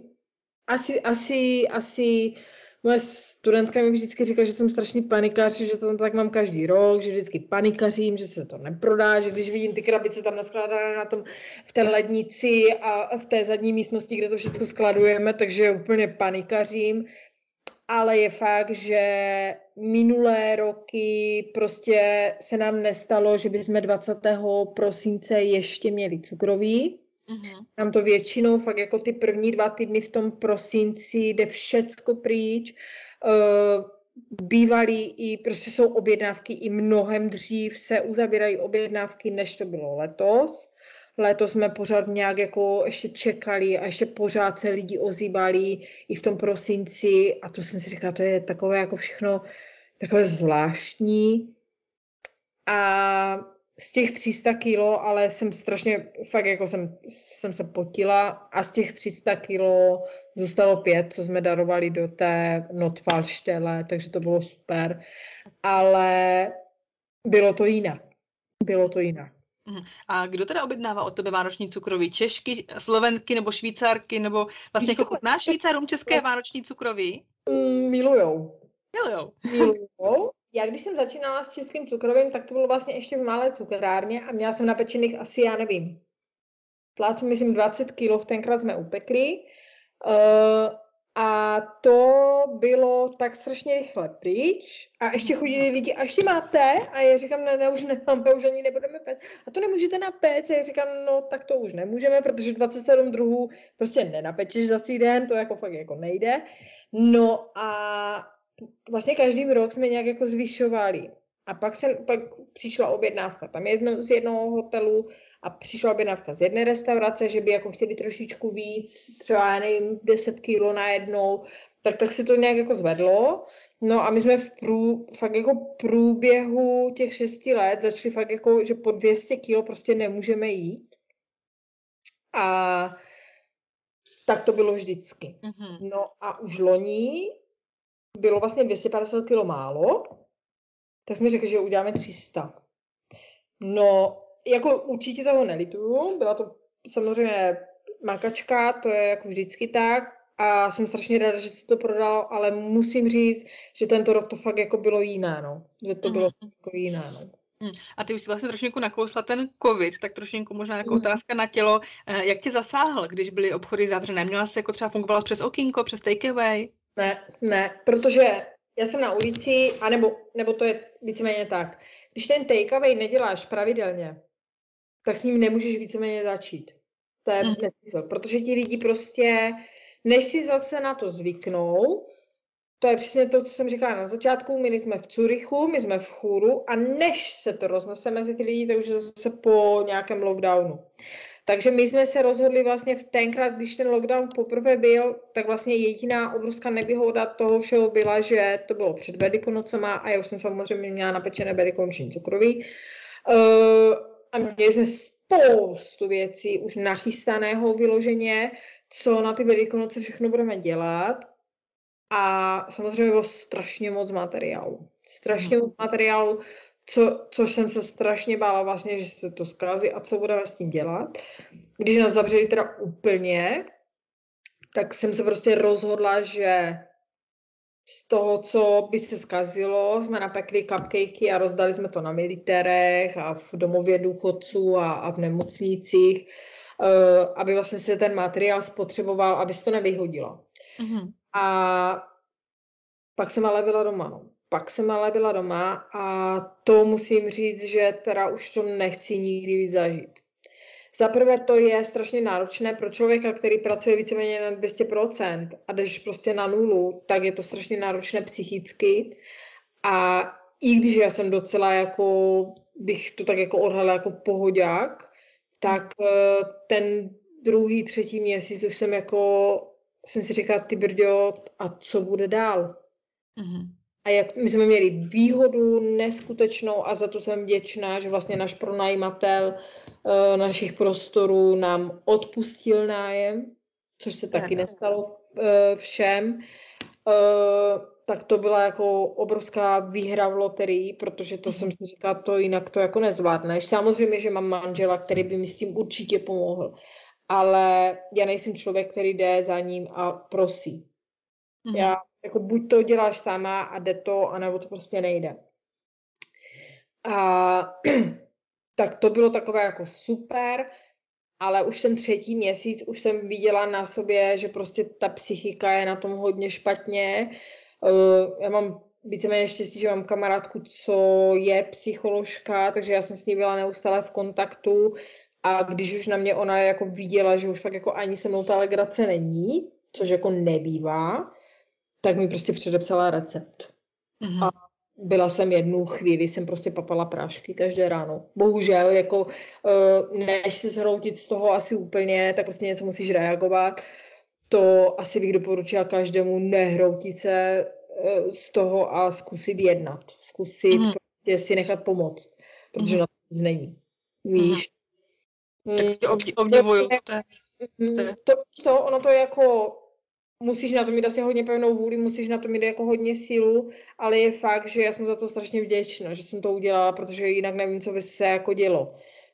asi moje studentka mi vždycky říká, že jsem strašný panikář, že to tak mám každý rok, že vždycky panikařím, že se to neprodá, že když vidím ty krabice tam naskládané v té lednici a v té zadní místnosti, kde to všechno skladujeme, takže úplně panikařím. Ale je fakt, že minulé roky prostě se nám nestalo, že bychom 20. prosince ještě měli cukroví. Nám to většinou fakt jako ty první 2 týdny v tom prosinci jde všecko pryč. Bývaly i, prostě jsou objednávky i mnohem dřív, se uzavírají objednávky, než to bylo letos. Letos jsme pořád nějak jako ještě čekali a ještě pořád se lidi ozývali i v tom prosinci a to jsem si říkala, to je takové jako všechno takové zvláštní. A z těch 300 kilo, ale jsem strašně, fakt jako jsem se potila a z těch 300 kilo zůstalo 5, co jsme darovali do té Notfallstelle, takže to bylo super. Ale bylo to jinak. A kdo teda objednává od tebe vánoční cukroví? Češky, Slovenky nebo Švýcarky? Nebo vlastně jako chutná Švýcarům české vánoční cukroví? Milujou. Milujou. Milujou. Já když jsem začínala s českým cukrovým, tak to bylo vlastně ještě v malé cukrárně a měla jsem napečených asi, já nevím, plácu myslím 20 kg, tenkrát jsme upekli. A to bylo tak strašně rychle pryč. A ještě chodili lidi, a ještě máte? A já říkám, ne, už nemáme, už ani nebudeme péct. A to nemůžete napéct? A já říkám, no tak to už nemůžeme, protože 27 druhů prostě nenapečeš za týden, to jako fakt jako nejde. No a vlastně každý rok jsme nějak jako zvyšovali. A pak přišla objednávka tam z jednoho hotelu a přišla objednávka z jedné restaurace, že by jako chtěli trošičku víc, třeba já nevím, 10 kg najednou, tak se to nějak jako zvedlo. No a my jsme fakt jako průběhu těch 6 let začali fakt jako, že po 200 kg prostě nemůžeme jít. A tak to bylo vždycky. No a už loni bylo vlastně 250 kg málo, tak jsme řekli, že uděláme 300. No, jako určitě toho nelituju, byla to samozřejmě makačka, to je jako vždycky tak a jsem strašně ráda, že se to prodalo, ale musím říct, že tento rok to fakt jako bylo jiné, no. Že to bylo jako jiné, no. A ty už si vlastně trošku nakousla ten covid, tak trošku možná jako otázka na tělo. Jak tě zasáhl, když byly obchody zavřené? Měla jsi jako třeba fungovala přes okýnko, přes takeaway? Ne, protože já jsem na ulici, nebo to je víceméně tak. Když ten takeaway neděláš pravidelně, tak s ním nemůžeš víceméně začít. To je nesmysl, protože ti lidi prostě, než si zase na to zvyknou, to je přesně to, co jsem říkala na začátku, my jsme v Curychu, my jsme v Chůru a než se to roznese mezi ty lidi, to už je zase po nějakém lockdownu. Takže my jsme se rozhodli vlastně v tenkrát, když ten lockdown poprvé byl, tak vlastně jediná obrovská nevýhoda toho všeho byla, že to bylo před Velikonocema a já už jsem samozřejmě měla napečené velikonoční cukroví. A měli jsme spoustu věcí už nachystaného vyloženě, co na ty Velikonoce všechno budeme dělat. A samozřejmě bylo strašně moc materiálu. Což jsem se strašně bála vlastně, že se to zkazí a co budeme s tím dělat. Když nás zavřeli teda úplně, tak jsem se prostě rozhodla, že z toho, co by se zkazilo, jsme napekli cupcakey a rozdali jsme to na militérech a v domově důchodců a v nemocnicích, aby vlastně se ten materiál spotřeboval, aby se to nevyhodilo. A pak jsem ale byla doma, a to musím říct, že teda už to nechci nikdy víc zažít. Zaprvé to je strašně náročné pro člověka, který pracuje víceméně na 200% a jdeš prostě na nulu, tak je to strašně náročné psychicky. A i když já jsem docela jako, bych to tak jako odhalila jako pohodák, tak ten druhý, třetí měsíc už jsem si říkala, ty brďo, a co bude dál? A jak my jsme měli výhodu neskutečnou a za to jsem vděčná, že vlastně náš pronajímatel našich prostorů nám odpustil nájem, což se taky nestalo všem. Tak to byla jako obrovská výhra v loterii, protože to jsem si říkala, to jinak to jako nezvládneš. Samozřejmě, že mám manžela, který by mi s tím určitě pomohl, ale já nejsem člověk, který jde za ním a prosí. Já jako buď to děláš sama a jde to, anebo to prostě nejde. A tak to bylo takové jako super, ale už ten třetí měsíc už jsem viděla na sobě, že prostě ta psychika je na tom hodně špatně. Já mám víceméně štěstí, že mám kamarádku, co je psycholožka, takže já jsem s ní byla neustále v kontaktu a když už na mě ona jako viděla, že už fakt jako ani se mnou ta legrace není, což jako nebývá, tak mi prostě předepsala recept. A byla jsem jednu chvíli, jsem prostě papala prášky každé ráno. Bohužel, jako než se zhroutit z toho asi úplně, tak prostě něco musíš reagovat. To asi bych doporučila každému nehroutit se z toho a zkusit jednat. Zkusit prostě si nechat pomoct, protože na to nic není. Víš? Tak obdivuju. Ono to je jako, musíš na to mít asi hodně pevnou vůli, musíš na to mít jako hodně sílu, ale je fakt, že já jsem za to strašně vděčná, že jsem to udělala, protože jinak nevím, co by se jako dělo.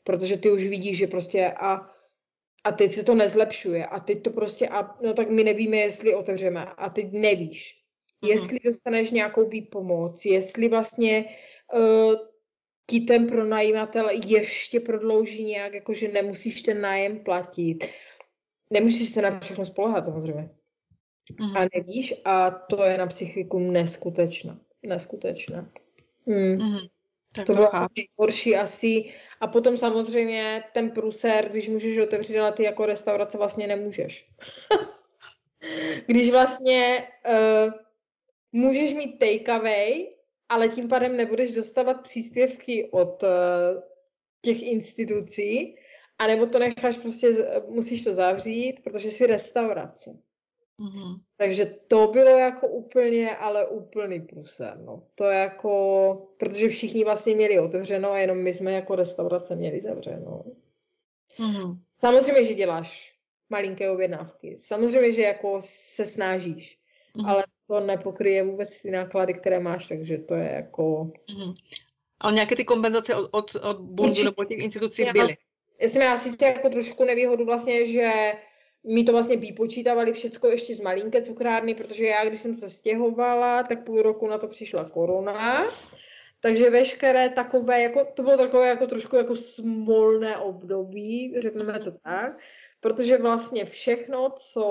protože ty už vidíš, že prostě a teď se to nezlepšuje a teď to prostě, no tak my nevíme, jestli otevřeme a teď nevíš, jestli dostaneš nějakou výpomoc, jestli vlastně ti ten pronajímatel ještě prodlouží nějak, jakože nemusíš ten nájem platit. Nemusíš se na všechno spoléhat samozřejmě. A nevíš, a to je na psychiku neskutečné. Neskutečné. To bylo nejhorší asi. A potom samozřejmě ten průser, když můžeš otevřít, ale ty jako restaurace vlastně nemůžeš. Když vlastně můžeš mít takeaway, ale tím pádem nebudeš dostávat příspěvky od těch institucí, anebo to necháš prostě, musíš to zavřít, protože jsi restaurace. Takže to bylo jako úplně, ale úplný průser, no. To jako, protože všichni vlastně měli otevřeno a jenom my jsme jako restaurace měli zavřeno. Samozřejmě, že děláš malinké objednávky. Samozřejmě, že jako se snažíš, ale to nepokryje vůbec ty náklady, které máš, takže to je jako... Ale nějaké ty kompenzace od bundu nebo těch institucí byly? Já jsem asi jako trošku nevýhodu vlastně, že mi to vlastně vypočítávali všecko ještě z malinké cukrárny, protože já, když jsem se stěhovala, tak půl roku na to přišla korona. Takže veškeré takové, jako, to bylo takové jako trošku jako smolné období, řekneme to tak, protože vlastně všechno, co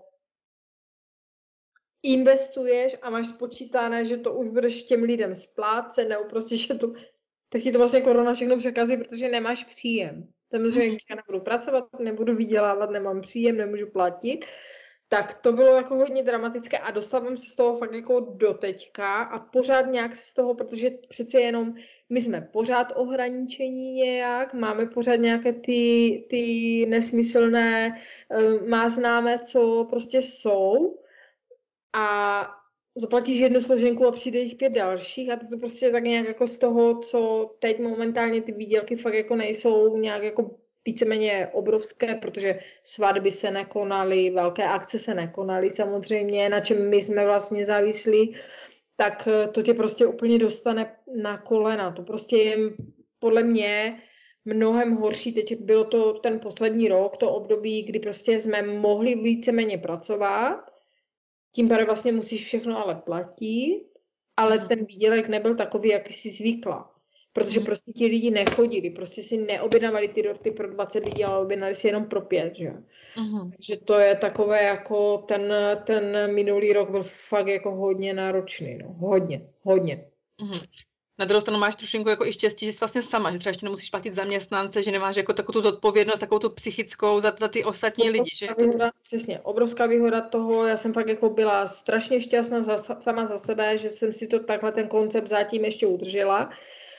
investuješ a máš spočítané, že to už budeš těm lidem splácet, nebo prostě, že to, tak ti to vlastně korona všechno překazí, protože nemáš příjem. Samozřejmě, když já nebudu pracovat, nebudu vydělávat, nemám příjem, nemůžu platit, tak to bylo jako hodně dramatické a dostávám se z toho fakt jako do teďka a pořád nějak se z toho, protože přece jenom my jsme pořád ohraničení nějak, máme pořád nějaké ty nesmyslné má známé, co prostě jsou a zaplatíš jednu složenku a přijde jich 5 dalších a to prostě tak nějak jako z toho, co teď momentálně ty výdělky fakt jako nejsou nějak jako víceméně obrovské, protože svatby se nekonaly, velké akce se nekonaly samozřejmě, na čem my jsme vlastně závislí, tak to tě prostě úplně dostane na kolena. To prostě je podle mě mnohem horší. Teď bylo to ten poslední rok, to období, kdy prostě jsme mohli víceméně pracovat, tím pádem vlastně musíš všechno ale platit, ale ten výdělek nebyl takový, jaký jsi zvykla. Protože prostě ti lidi nechodili, prostě si neobjednávali ty dorty pro 20 lidí, ale objednali si jenom pro 5, že? Takže to je takové jako ten minulý rok byl fakt jako hodně náročný, no. Hodně. Na druhou stranu máš trošinku jako i štěstí, že jsi vlastně sama, že třeba ještě nemusíš platit zaměstnance, že nemáš jako takovou tu zodpovědnost, takovou tu psychickou za ty ostatní lidi, že? Přesně, obrovská výhoda toho, já jsem fakt jako byla strašně šťastná sama za sebe, že jsem si to takhle ten koncept zatím ještě udržela.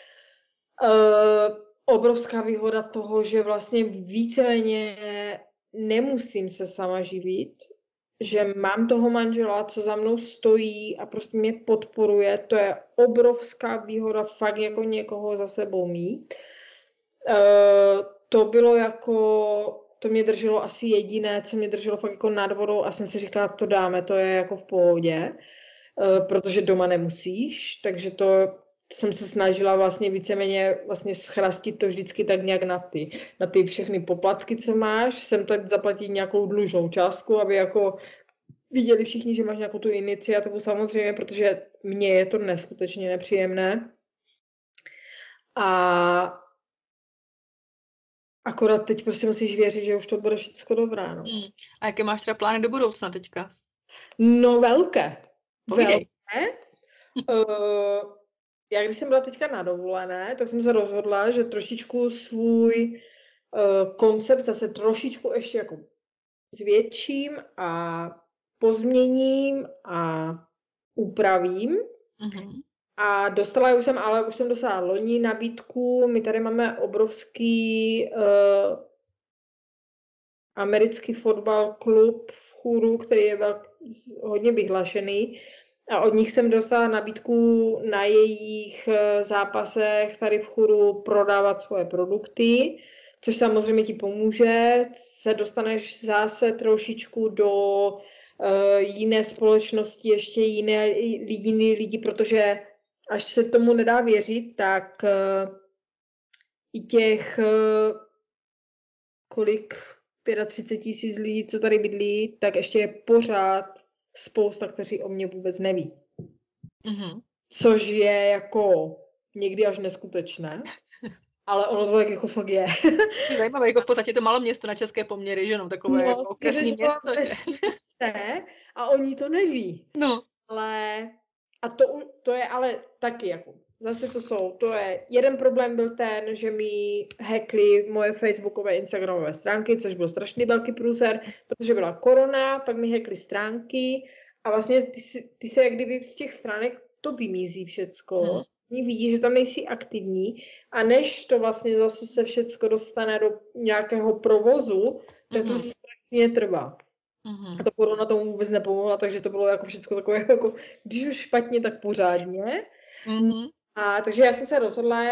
Obrovská výhoda toho, že vlastně víceméně nemusím se sama živit, že mám toho manžela, co za mnou stojí a prostě mě podporuje, to je obrovská výhoda fakt jako někoho za sebou mít. To bylo jako, to mě drželo asi jediné, co mě drželo fakt jako nad vodou a jsem si říkala, to dáme, to je jako v pohodě, protože doma nemusíš, takže to jsem se snažila vlastně víceméně vlastně schrastit to vždycky tak nějak na ty všechny poplatky, co máš, jsem tak zaplatit nějakou dlužnou částku, aby jako viděli všichni, že máš nějakou tu iniciativu samozřejmě, protože mně je to neskutečně nepříjemné. A akorát teď prostě musíš věřit, že už to bude všechno dobré. No. A jaké máš teda plány do budoucna teďka? No velké. Povídej. Já když jsem byla teďka na dovolené, tak jsem se rozhodla, že trošičku svůj koncept zase trošičku ještě jako zvětším a pozměním a upravím. A dostala už jsem dostala loni nabídku, my tady máme obrovský americký fotbal klub v Chůru, který je hodně vyhlašený. A od nich jsem dostala nabídku na jejich zápasech tady v Chůru prodávat svoje produkty, což samozřejmě ti pomůže. Se dostaneš zase trošičku do jiné společnosti, ještě jiný lidi, protože až se tomu nedá věřit, tak i těch kolik 35 000 lidí, co tady bydlí, tak ještě je pořád spousta, kteří o mě vůbec neví. Mm-hmm. Což je jako někdy až neskutečné, ale ono to tak jako fakt je. Je zajímavé, jako v podstatě to malo město na české poměry, že no, takové jako okresní město, že? A oni to neví. No. Ale, a to je ale taky jako, zase to je, jeden problém byl ten, že mi hackli moje facebookové, instagramové stránky, což byl strašný velký průser, protože byla korona, pak mi hackli stránky a vlastně ty se jak kdyby z těch stránek to vymizí všecko. Oni vidí, že tam nejsi aktivní a než to vlastně zase se všecko dostane do nějakého provozu, tak to strašně trvá. A ta korona tomu vůbec nepomohla, takže to bylo jako všechno takové, jako, když už špatně, tak pořádně. A takže já jsem se rozhodla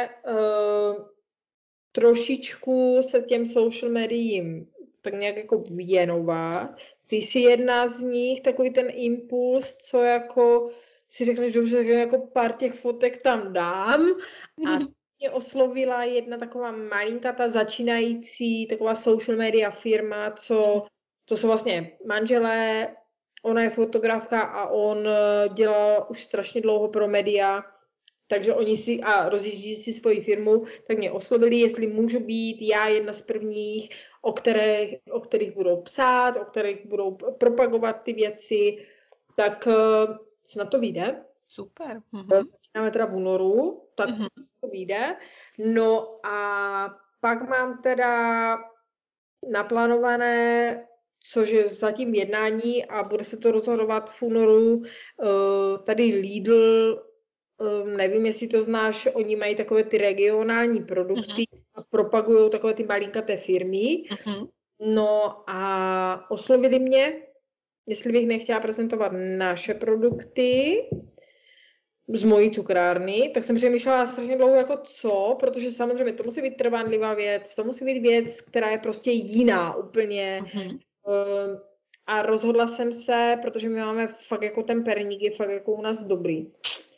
trošičku se těm social médiím tak nějak jako věnovat. Ty jsi jedna z nich, takový ten impuls, co jako si řekneš, dobře, tak jako pár těch fotek tam dám. A mě oslovila jedna taková malinká, ta začínající, taková social media firma, to jsou vlastně manželé, ona je fotografka a on dělal už strašně dlouho pro média, takže oni si a rozjíždí si svoji firmu, tak mě oslovili, jestli můžu být já jedna z prvních, o kterých budou psát, o kterých budou propagovat ty věci, tak se na to vyjde. Super. Začínáme teda v únoru, tak to vyjde. No a pak mám teda naplánované, což je zatím v jednání a bude se to rozhodovat v únoru, tady Lidl, nevím, jestli to znáš, oni mají takové ty regionální produkty a propagují takové ty malinkaté firmy. No a oslovili mě, jestli bych nechtěla prezentovat naše produkty z mojí cukrárny, tak jsem přemýšlela strašně dlouho jako co, protože samozřejmě to musí být trvanlivá věc, to musí být věc, která je prostě jiná úplně. A rozhodla jsem se, protože my máme fakt jako ten perník, je fakt jako u nás dobrý.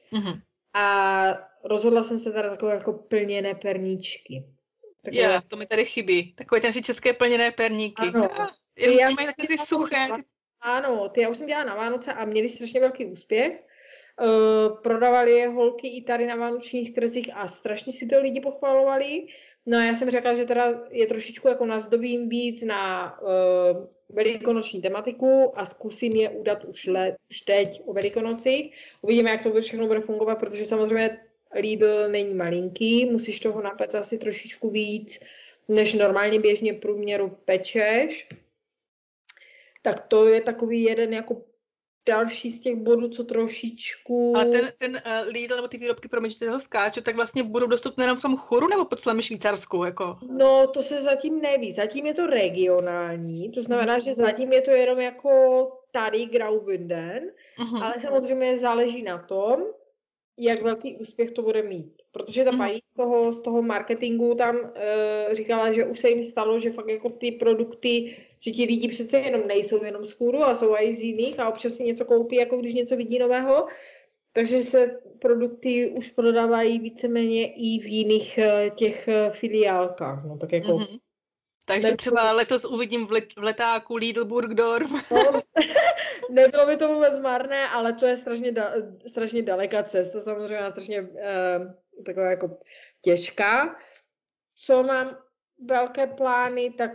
A rozhodla jsem se teda takové jako plněné perníčky. Takové... to mi tady chybí. Takové ty české plněné perníky. Ano. Jenom mají takové ty suché. Ano, ty já už jsem dělala na Vánoce a měli strašně velký úspěch. Prodávali je holky i tady na vánočních trzích a strašně si to lidi pochvalovali. No a já jsem řekla, že teda je trošičku jako nazdobím víc na velikonoční tematiku a zkusím je udat už teď o Velikonocích. Uvidíme, jak to všechno bude fungovat, protože samozřejmě Lidl není malinký, musíš toho napéct asi trošičku víc, než normálně běžně průměru pečeš. Tak to je takový jeden jako další z těch bodů, co trošičku... Ale ten Lidl nebo ty výrobky, promiň, že toho skáču, tak vlastně budou dostupné jenom v tom Churu nebo po celém Švýcarsku? Jako? No, to se zatím neví. Zatím je to regionální, to znamená, že zatím je to jenom jako tady Graubünden, ale samozřejmě záleží na tom, jak velký úspěch to bude mít. Protože ta paní z toho marketingu tam říkala, že už se jim stalo, že fakt jako ty produkty, že ti lidi přece jenom nejsou jenom z Churu a jsou i z jiných a občas si něco koupí, jako když něco vidí nového. Takže se produkty už prodávají víceméně i v jiných těch filiálkách. No, tak jako... Takže třeba letos uvidím v letáku Lidl Burgdorf. No, nebylo by to vůbec marné, ale to je strašně daleká cesta, samozřejmě strašně taková jako těžká. Co mám velké plány, tak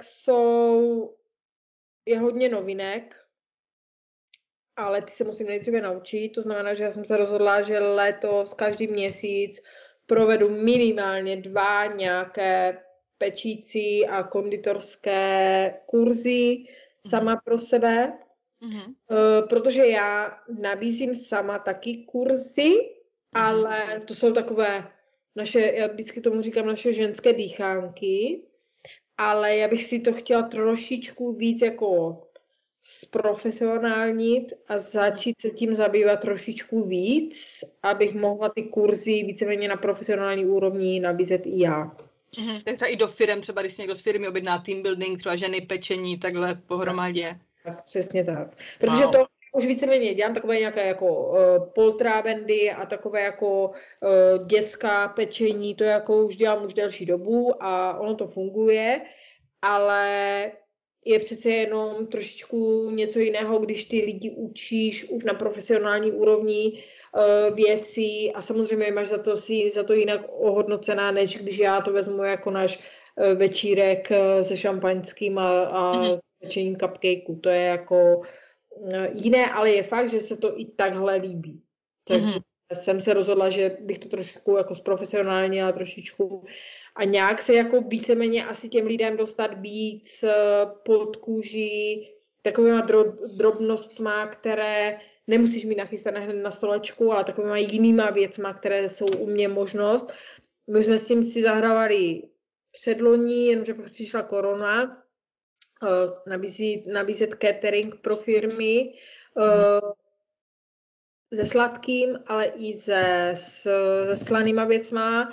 je hodně novinek, ale ty se musím nejdříve naučit, to znamená, že já jsem se rozhodla, že letos každý měsíc provedu minimálně 2 nějaké pečící a konditorské kurzy sama pro sebe, protože já nabízím sama taky kurzy, ale to jsou takové já vždycky tomu říkám naše ženské dýchánky, ale já bych si to chtěla trošičku víc jako zprofesionálnit a začít se tím zabývat trošičku víc, abych mohla ty kurzy víceméně na profesionální úrovni nabízet i já. Tak třeba i do firem, třeba když si někdo z firmy objedná team building, třeba ženy, pečení, takhle pohromadě. Tak, přesně tak. Protože to už víceméně dělám takové nějaké jako poltrábendy a takové jako dětská pečení, to jako už dělám už delší dobu a ono to funguje, ale je přece jenom trošičku něco jiného, když ty lidi učíš už na profesionální úrovni věcí a samozřejmě máš za to jinak ohodnocená, než když já to vezmu jako náš večírek se šampaňským a pečením cupcakeu. To je jako jiné, ale je fakt, že se to i takhle líbí. Takže jsem se rozhodla, že bych to trošku jako zprofesionálnila trošičku a nějak se jako víceméně asi těm lidem dostat víc pod kůži takovýma drobnostma, které nemusíš mít nachystané hned na stolečku, ale takovýma jinýma věcma, které jsou u mě možnost. My jsme s tím si předloni, jenomže pak přišla korona, nabízet catering pro firmy se sladkým, ale i se slanýma věcma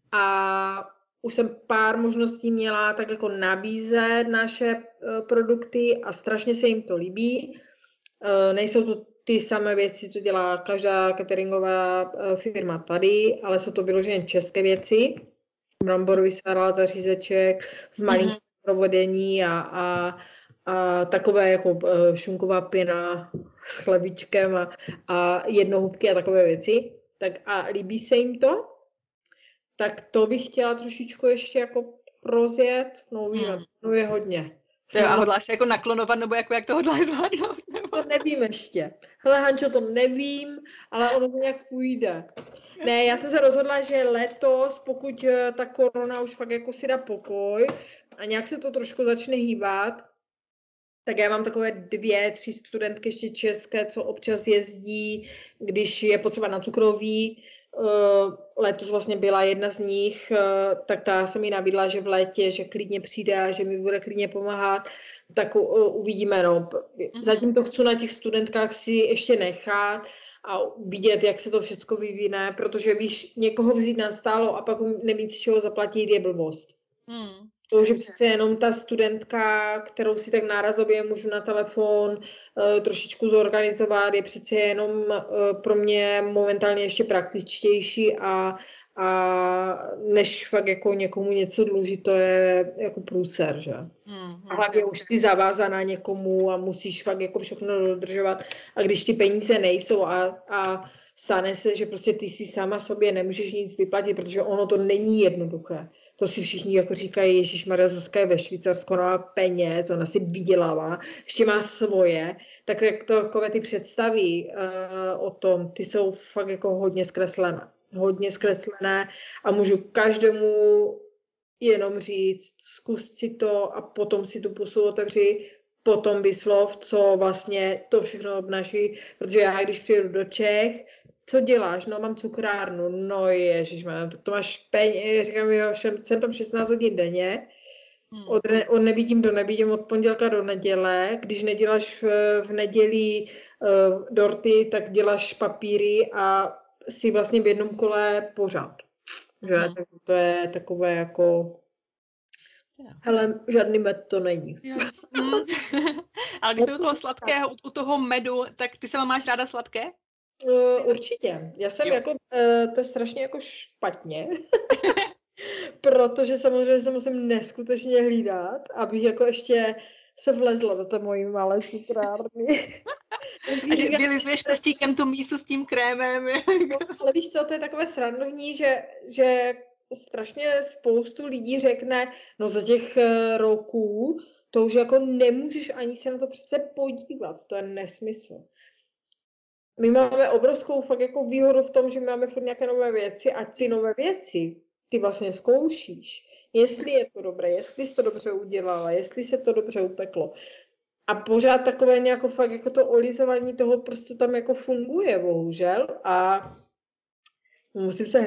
a už jsem pár možností měla tak jako nabízet naše produkty a strašně se jim to líbí. Nejsou to ty samé věci, co dělá každá cateringová firma tady, ale jsou to vyloženě české věci. Bramborový salát a řízeček v malinkém provedení a takové jako šunková pěna s chlebičkem a jednohubky a takové věci. Tak a líbí se jim to? Tak to bych chtěla trošičku ještě jako rozjet. No uvidíme, no je hodně. A hodláš se jako naklonovat, nebo jako jak to hodláš zvládnout? Nebo? To nevím ještě. Hele, Hančo, to nevím, ale ono to nějak půjde. Ne, já jsem se rozhodla, že letos, pokud ta korona už fakt jako si dá pokoj a nějak se to trošku začne hýbat, tak já mám takové 2-3 studentky ještě české, co občas jezdí, když je potřeba na cukroví. Letos vlastně byla jedna z nich, tak ta se mi nabídla, že v létě, že klidně přijde a že mi bude klidně pomáhat. Tak uvidíme, no. Zatím to chci na těch studentkách si ještě nechat a vidět, jak se to všechno vyvine, protože víš, někoho vzít na stálo a pak nemít z čeho zaplatit je blbost. To už je přece jenom ta studentka, kterou si tak nárazově můžu na telefon trošičku zorganizovat, je přece jenom pro mě momentálně ještě praktičtější a než fakt jako někomu něco dlužit, to je jako průser, že? A hlavně už jsi zavázaná někomu a musíš fakt jako všechno dodržovat a když ty peníze nejsou a stane se, že prostě ty si sama sobě nemůžeš nic vyplatit, protože ono to není jednoduché. To si všichni jako říkají, ježišmarja, Zuzka je ve Švýcarsku, ona má peněz, ona si vydělává, ještě má svoje, tak jak to takové ty představy o tom, ty jsou fakt jako hodně zkreslené a můžu každému jenom říct, zkus si to a potom si tu pusu otevři, potom vyslov, co vlastně to všechno obnáší, protože já, když přijedu do Čech, co děláš? No, mám cukrárnu. No ježišmane, tak to máš peněz. Říkám, jo, jsem tam 16 hodin denně. Od nevidím od pondělka do neděle. Když neděláš v neděli dorty, tak děláš papíry a si vlastně v jednom kole pořád. Že? Tak to je takové jako... Hele, žádný med to není. Ale když jsme u toho sladkého, u toho medu, tak ty sama máš ráda sladké? Určitě. Já jsem jako, to je strašně jako špatně, protože samozřejmě se musím neskutečně hlídat, abych jako ještě se vlezla do té mojí malé cukrárny. A že vylizuješ prstíkem tu mísu s tím krémem. Ale víš co, to je takové srandovní, že strašně spoustu lidí řekne, no za těch roků to už jako nemůžeš ani se na to přece podívat, to je nesmysl. My máme obrovskou fakt jako výhodu v tom, že máme furt nějaké nové věci a ty nové věci ty vlastně zkoušíš. Jestli je to dobré, jestli jsi to dobře udělala, jestli se to dobře upeklo. A pořád takové nějako fakt jako to olizování toho prstu tam jako funguje, bohužel. A musím se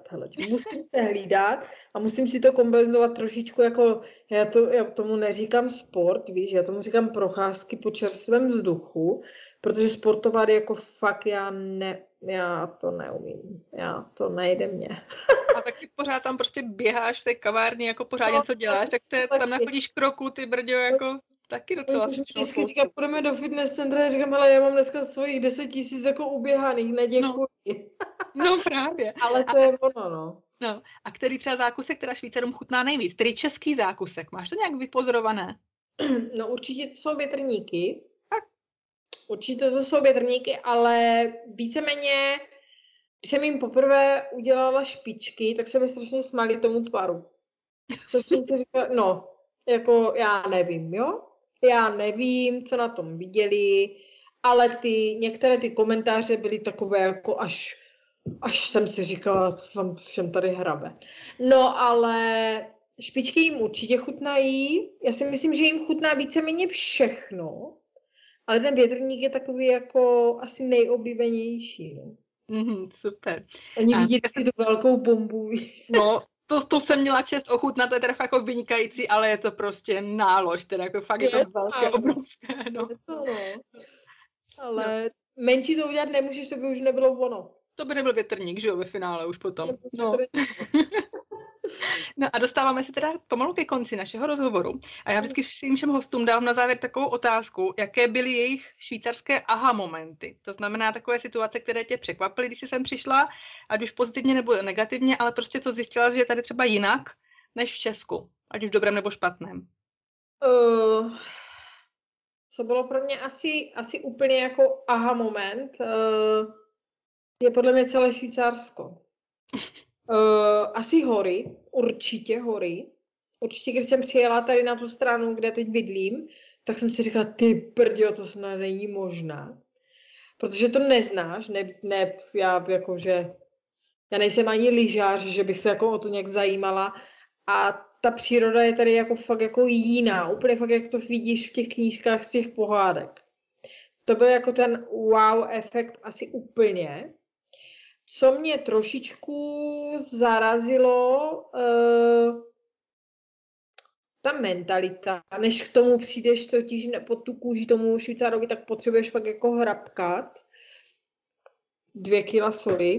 hlídat a musím si to kompenzovat trošičku jako, já tomu neříkám sport, víš, já tomu říkám procházky po čerstvém vzduchu, protože sportovat jako fakt já to neumím, to nejde mně. A tak ty pořád tam prostě běháš v té kavárně, jako pořád něco děláš, tak tam nachodíš kroku, ty brďo, jako... taky docela Vždycky spoustu. říkám, půjdeme do fitness centra a říkám, ale já mám dneska svých 10 000 jako uběhaných, neděkuji. No právě. Ale to je ono, no. No, a který třeba zákusek teda Švýcarům chutná nejvíc? Který český zákusek? Máš to nějak vypozorované? No určitě to jsou větrníky. Určitě to jsou větrníky, ale víceméně, když jsem jim poprvé udělala špičky, tak se mi strašně smáli tomu tvaru. Což jsem si říkala, no, jako já nevím, jo? Já nevím, co na tom viděli, ale některé ty komentáře byly takové jako až jsem si říkala, co vám všem tady hrabe. No, ale špičky jim určitě chutnají. Já si myslím, že jim chutná víceméně všechno, ale ten větrník je takový jako asi nejoblíbenější. No. Super. Oni vidí tu velkou bombu. No, to jsem měla čest ochutnat, to je teda fakt jako vynikající, ale je to prostě nálož, teda jako fakt je to velké, obrovské, no. Je to, no. Ale menší to udělat nemůžeš, to by už nebylo ono. To by nebyl větrník, že jo, ve finále už potom. No. No a dostáváme se teda pomalu ke konci našeho rozhovoru. A já vždycky všem hostům dám na závěr takovou otázku, jaké byly jejich švýcarské aha momenty. To znamená takové situace, které tě překvapily, když jsi sem přišla, ať už pozitivně nebo negativně, ale prostě co zjistila, že je tady třeba jinak než v Česku, ať už v dobrém nebo špatném. Co bylo pro mě asi úplně jako aha moment, je podle mě celé Švýcarsko. Asi hory, určitě hory. Určitě, když jsem přijela tady na tu stranu, kde teď bydlím, tak jsem si říkala, ty prdio, to snad není možná. Protože to neznáš, já nejsem ani lyžař, že bych se jako o to nějak zajímala. A ta příroda je tady jako fakt jako jiná, úplně fakt, jak to vidíš v těch knížkách z těch pohádek. To byl jako ten wow efekt asi úplně. Co mě trošičku zarazilo, ta mentalita. Než k tomu přijdeš totiž pod tu kůži tomu Švýcarovi, tak potřebuješ fakt jako hrabkat 2 kila soli.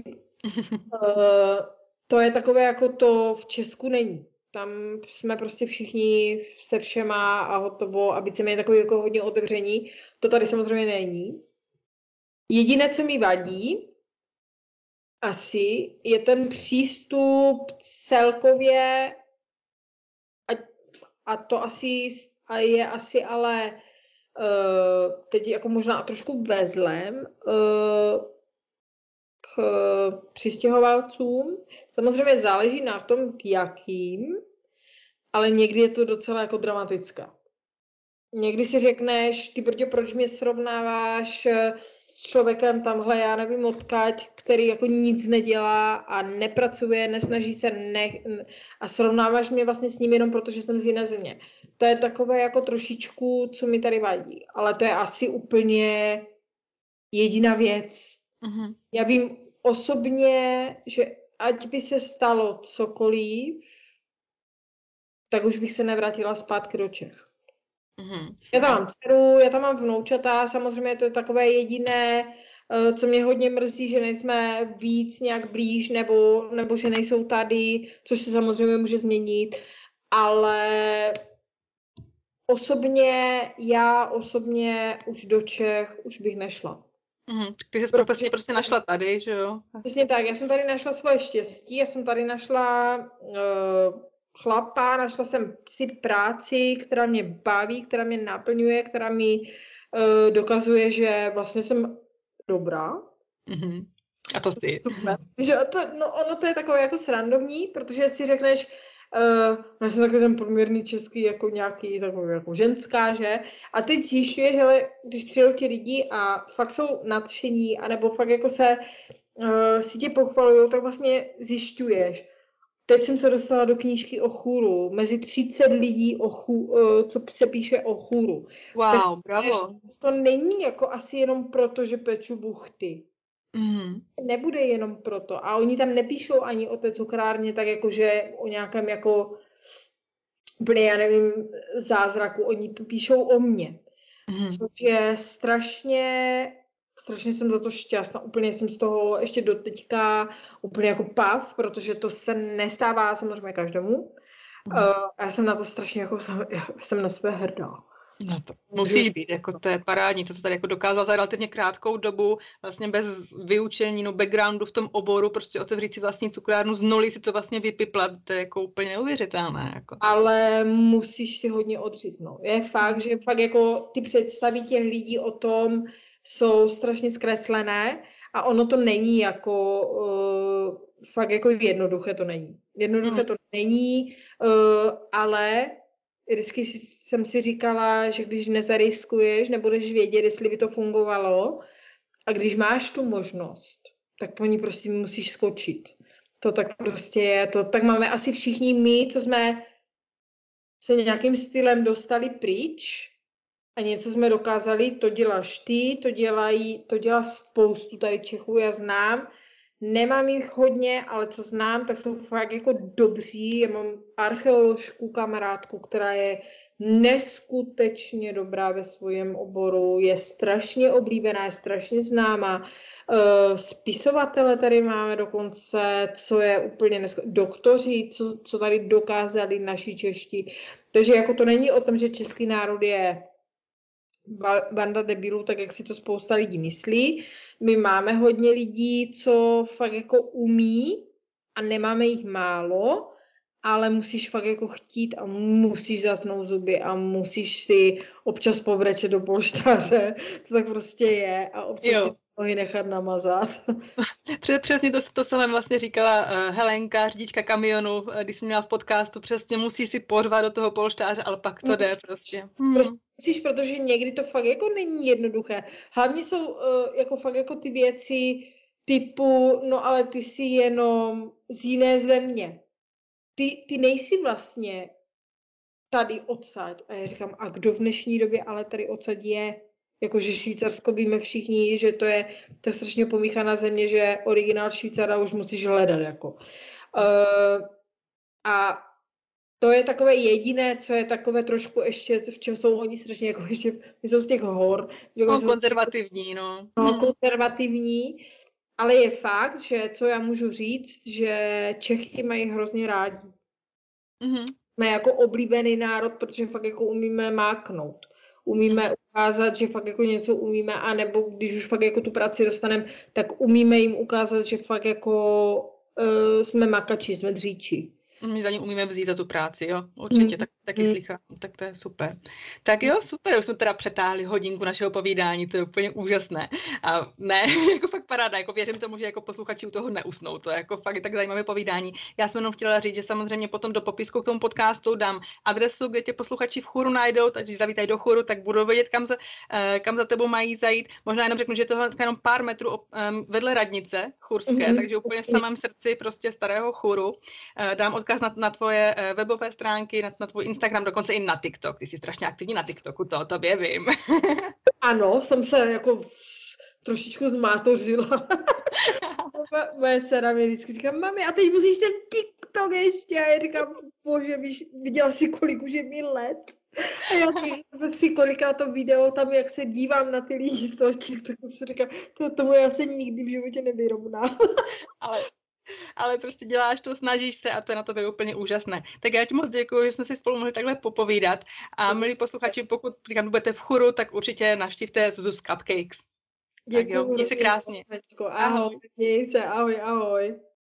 To je takové, jako to v Česku není. Tam jsme prostě všichni se všema a hotovo a víceméně takový jako hodně otevření. To tady samozřejmě není. Jediné, co mi vadí, asi je ten přístup celkově a to asi je asi ale teď jako možná trošku ve zlém k přistěhovalcům. Samozřejmě záleží na tom, k jakým, ale někdy je to docela jako dramatická. Někdy si řekneš, ty brdě, proč mě srovnáváš s člověkem tamhle, já nevím odkaď, který jako nic nedělá a nepracuje, nesnaží se a srovnáváš mě vlastně s ním jenom proto, že jsem z jiné země. To je takové jako trošičku, co mi tady vadí, ale to je asi úplně jediná věc. Mm-hmm. Já vím osobně, že ať by se stalo cokoliv, tak už bych se nevrátila zpátky do Čech. Mm-hmm. Já tam mám dceru, já tam mám vnoučata, samozřejmě to je takové jediné, co mě hodně mrzí, že nejsme víc nějak blíž, nebo že nejsou tady, což se samozřejmě může změnit, ale já osobně už do Čech už bych nešla. Mm-hmm. Ty jsi profesně prostě našla tady, že jo? Přesně tak, já jsem tady našla svoje štěstí, já jsem tady našla chlapa, našla jsem si práci, která mě baví, která mě naplňuje, která mi dokazuje, že vlastně jsem dobrá. Mm-hmm. A to si. Že ono to je takové jako srandovní, protože si řekneš, já jsem takový ten průměrný český jako nějaký takový jako ženská, že? A teď zjišťuješ, že když přijdou ti lidi a fakt jsou nadšení, anebo fakt jako si tě pochvalujou, tak vlastně zjišťuješ. Teď jsem se dostala do knížky o chůru. Mezi 30 lidí, co se píše o chůru. Wow, bravo. To není jako asi jenom proto, že peču buchty. Mm. Nebude jenom proto. A oni tam nepíšou ani o té cukrárně, tak jakože o nějakém jako úplně, já nevím, zázraku. Oni píšou o mně. Což je strašně jsem za to šťastná. Úplně jsem z toho ještě doteďka úplně jako pav, protože to se nestává samozřejmě každému. A já jsem na to strašně jako, jsem na sebe hrdá. No to musí být, jako to je parádní, to se tady jako dokázal za relativně krátkou dobu, vlastně bez vyučení, no backgroundu v tom oboru, prostě otevřít si vlastní cukrárnu, z nuly si to vlastně vypiplat, to je jako úplně neuvěřitelné. Jako. Ale musíš si hodně odříznout. Je fakt, že fakt jako ty představy těch lidí o tom jsou strašně zkreslené a ono to není jako fakt jako jednoduché to není. Jednoduché to není, ale vždycky jsem si říkala, že když nezariskuješ, nebudeš vědět, jestli by to fungovalo a když máš tu možnost, tak po ní prostě musíš skočit. To tak prostě je, to tak máme asi všichni my, co jsme se nějakým stylem dostali pryč a něco jsme dokázali, to děláš ty, to dělá spoustu tady Čechů, já znám. Nemám jich hodně, ale co znám, tak jsou fakt jako dobří. Já mám archeoložku, kamarádku, která je neskutečně dobrá ve svém oboru, je strašně oblíbená, je strašně známá. Spisovatele tady máme dokonce, co je úplně doktoři, co tady dokázali naši čeští. Takže jako to není o tom, že český národ je banda debilů, tak jak si to spousta lidí myslí. My máme hodně lidí, co fakt jako umí a nemáme jich málo, ale musíš fakt jako chtít a musíš zatnout zuby a musíš si občas povrečet do polštáře. To tak prostě je a občas si nohy nechat namazat. Přesně to samé vlastně říkala Helenka, řidička kamionu, když jsem měla v podcastu, přesně musí si pořvat do toho polštáře, ale pak to jde prostě. Musíš, protože někdy to fakt jako není jednoduché. Hlavně jsou jako fakt jako ty věci typu, no ale ty jsi jenom z jiné země. Ty nejsi vlastně tady odsaď. A já říkám, a kdo v dnešní době ale tady odsaď je? Jakože Švýcarsko víme všichni, že to je strašně pomíchaná země, že originál Švýcara už musíš hledat. Jako. A to je takové jediné, co je takové trošku ještě, v čem jsou oni strašně jako ještě, my jsou z těch hor. No, konzervativní, no. Konzervativní, ale je fakt, že co já můžu říct, že Čechy mají hrozně rádi. Jsme jako oblíbený národ, protože fakt jako umíme máknout. Umíme ukázat, že fakt jako něco umíme, anebo když už fakt jako tu práci dostaneme, tak umíme jim ukázat, že fakt jako jsme makači, jsme dříči. My za ně umíme vzít za tu práci, jo, určitě, taky slychám, tak to je super. Tak jo, super, už jsme teda přetáhli hodinku našeho povídání, to je úplně úžasné. A ne, jako fakt paráda, jako věřím tomu, že jako posluchači u toho neusnou, to je jako fakt tak zajímavé povídání. Já jsem jenom chtěla říct, že samozřejmě potom do popisku k tomu podcastu dám adresu, kde tě posluchači v Churu najdou, takže když zavítají do Churu, tak budou vědět, kam za tebou mají zajít. Možná jenom řeknu, že je to jenom pár metrů vedle radnice churské, takže úplně v samém srdci prostě starého Churu. Dám odkaz na tvoje webové stránky, na tvůj Instagram, dokonce i na TikTok. Ty jsi strašně aktivní na TikToku, to o tobě vím. Ano, jsem se jako trošičku zmátořila. Moje dcera mi vždycky říká, mami, a teď musíš ten TikTok ještě. A já říkám, bože, víš, viděla jsi, kolik už je mi let. A já si kolikrát to video tam, jak se dívám na ty lidi z toho TikToku, si říkám, tomu já se nikdy v životě nevyrovná. Ale prostě děláš to, snažíš se a to je na tobě úplně úžasné. Tak já ti moc děkuji, že jsme si spolu mohli takhle popovídat a milí posluchači, pokud budete v Churu, tak určitě navštivte Zuzu's Cupcakes. Děkuji. Tak jo, měj se krásně. Ahoj. Ahoj, ahoj.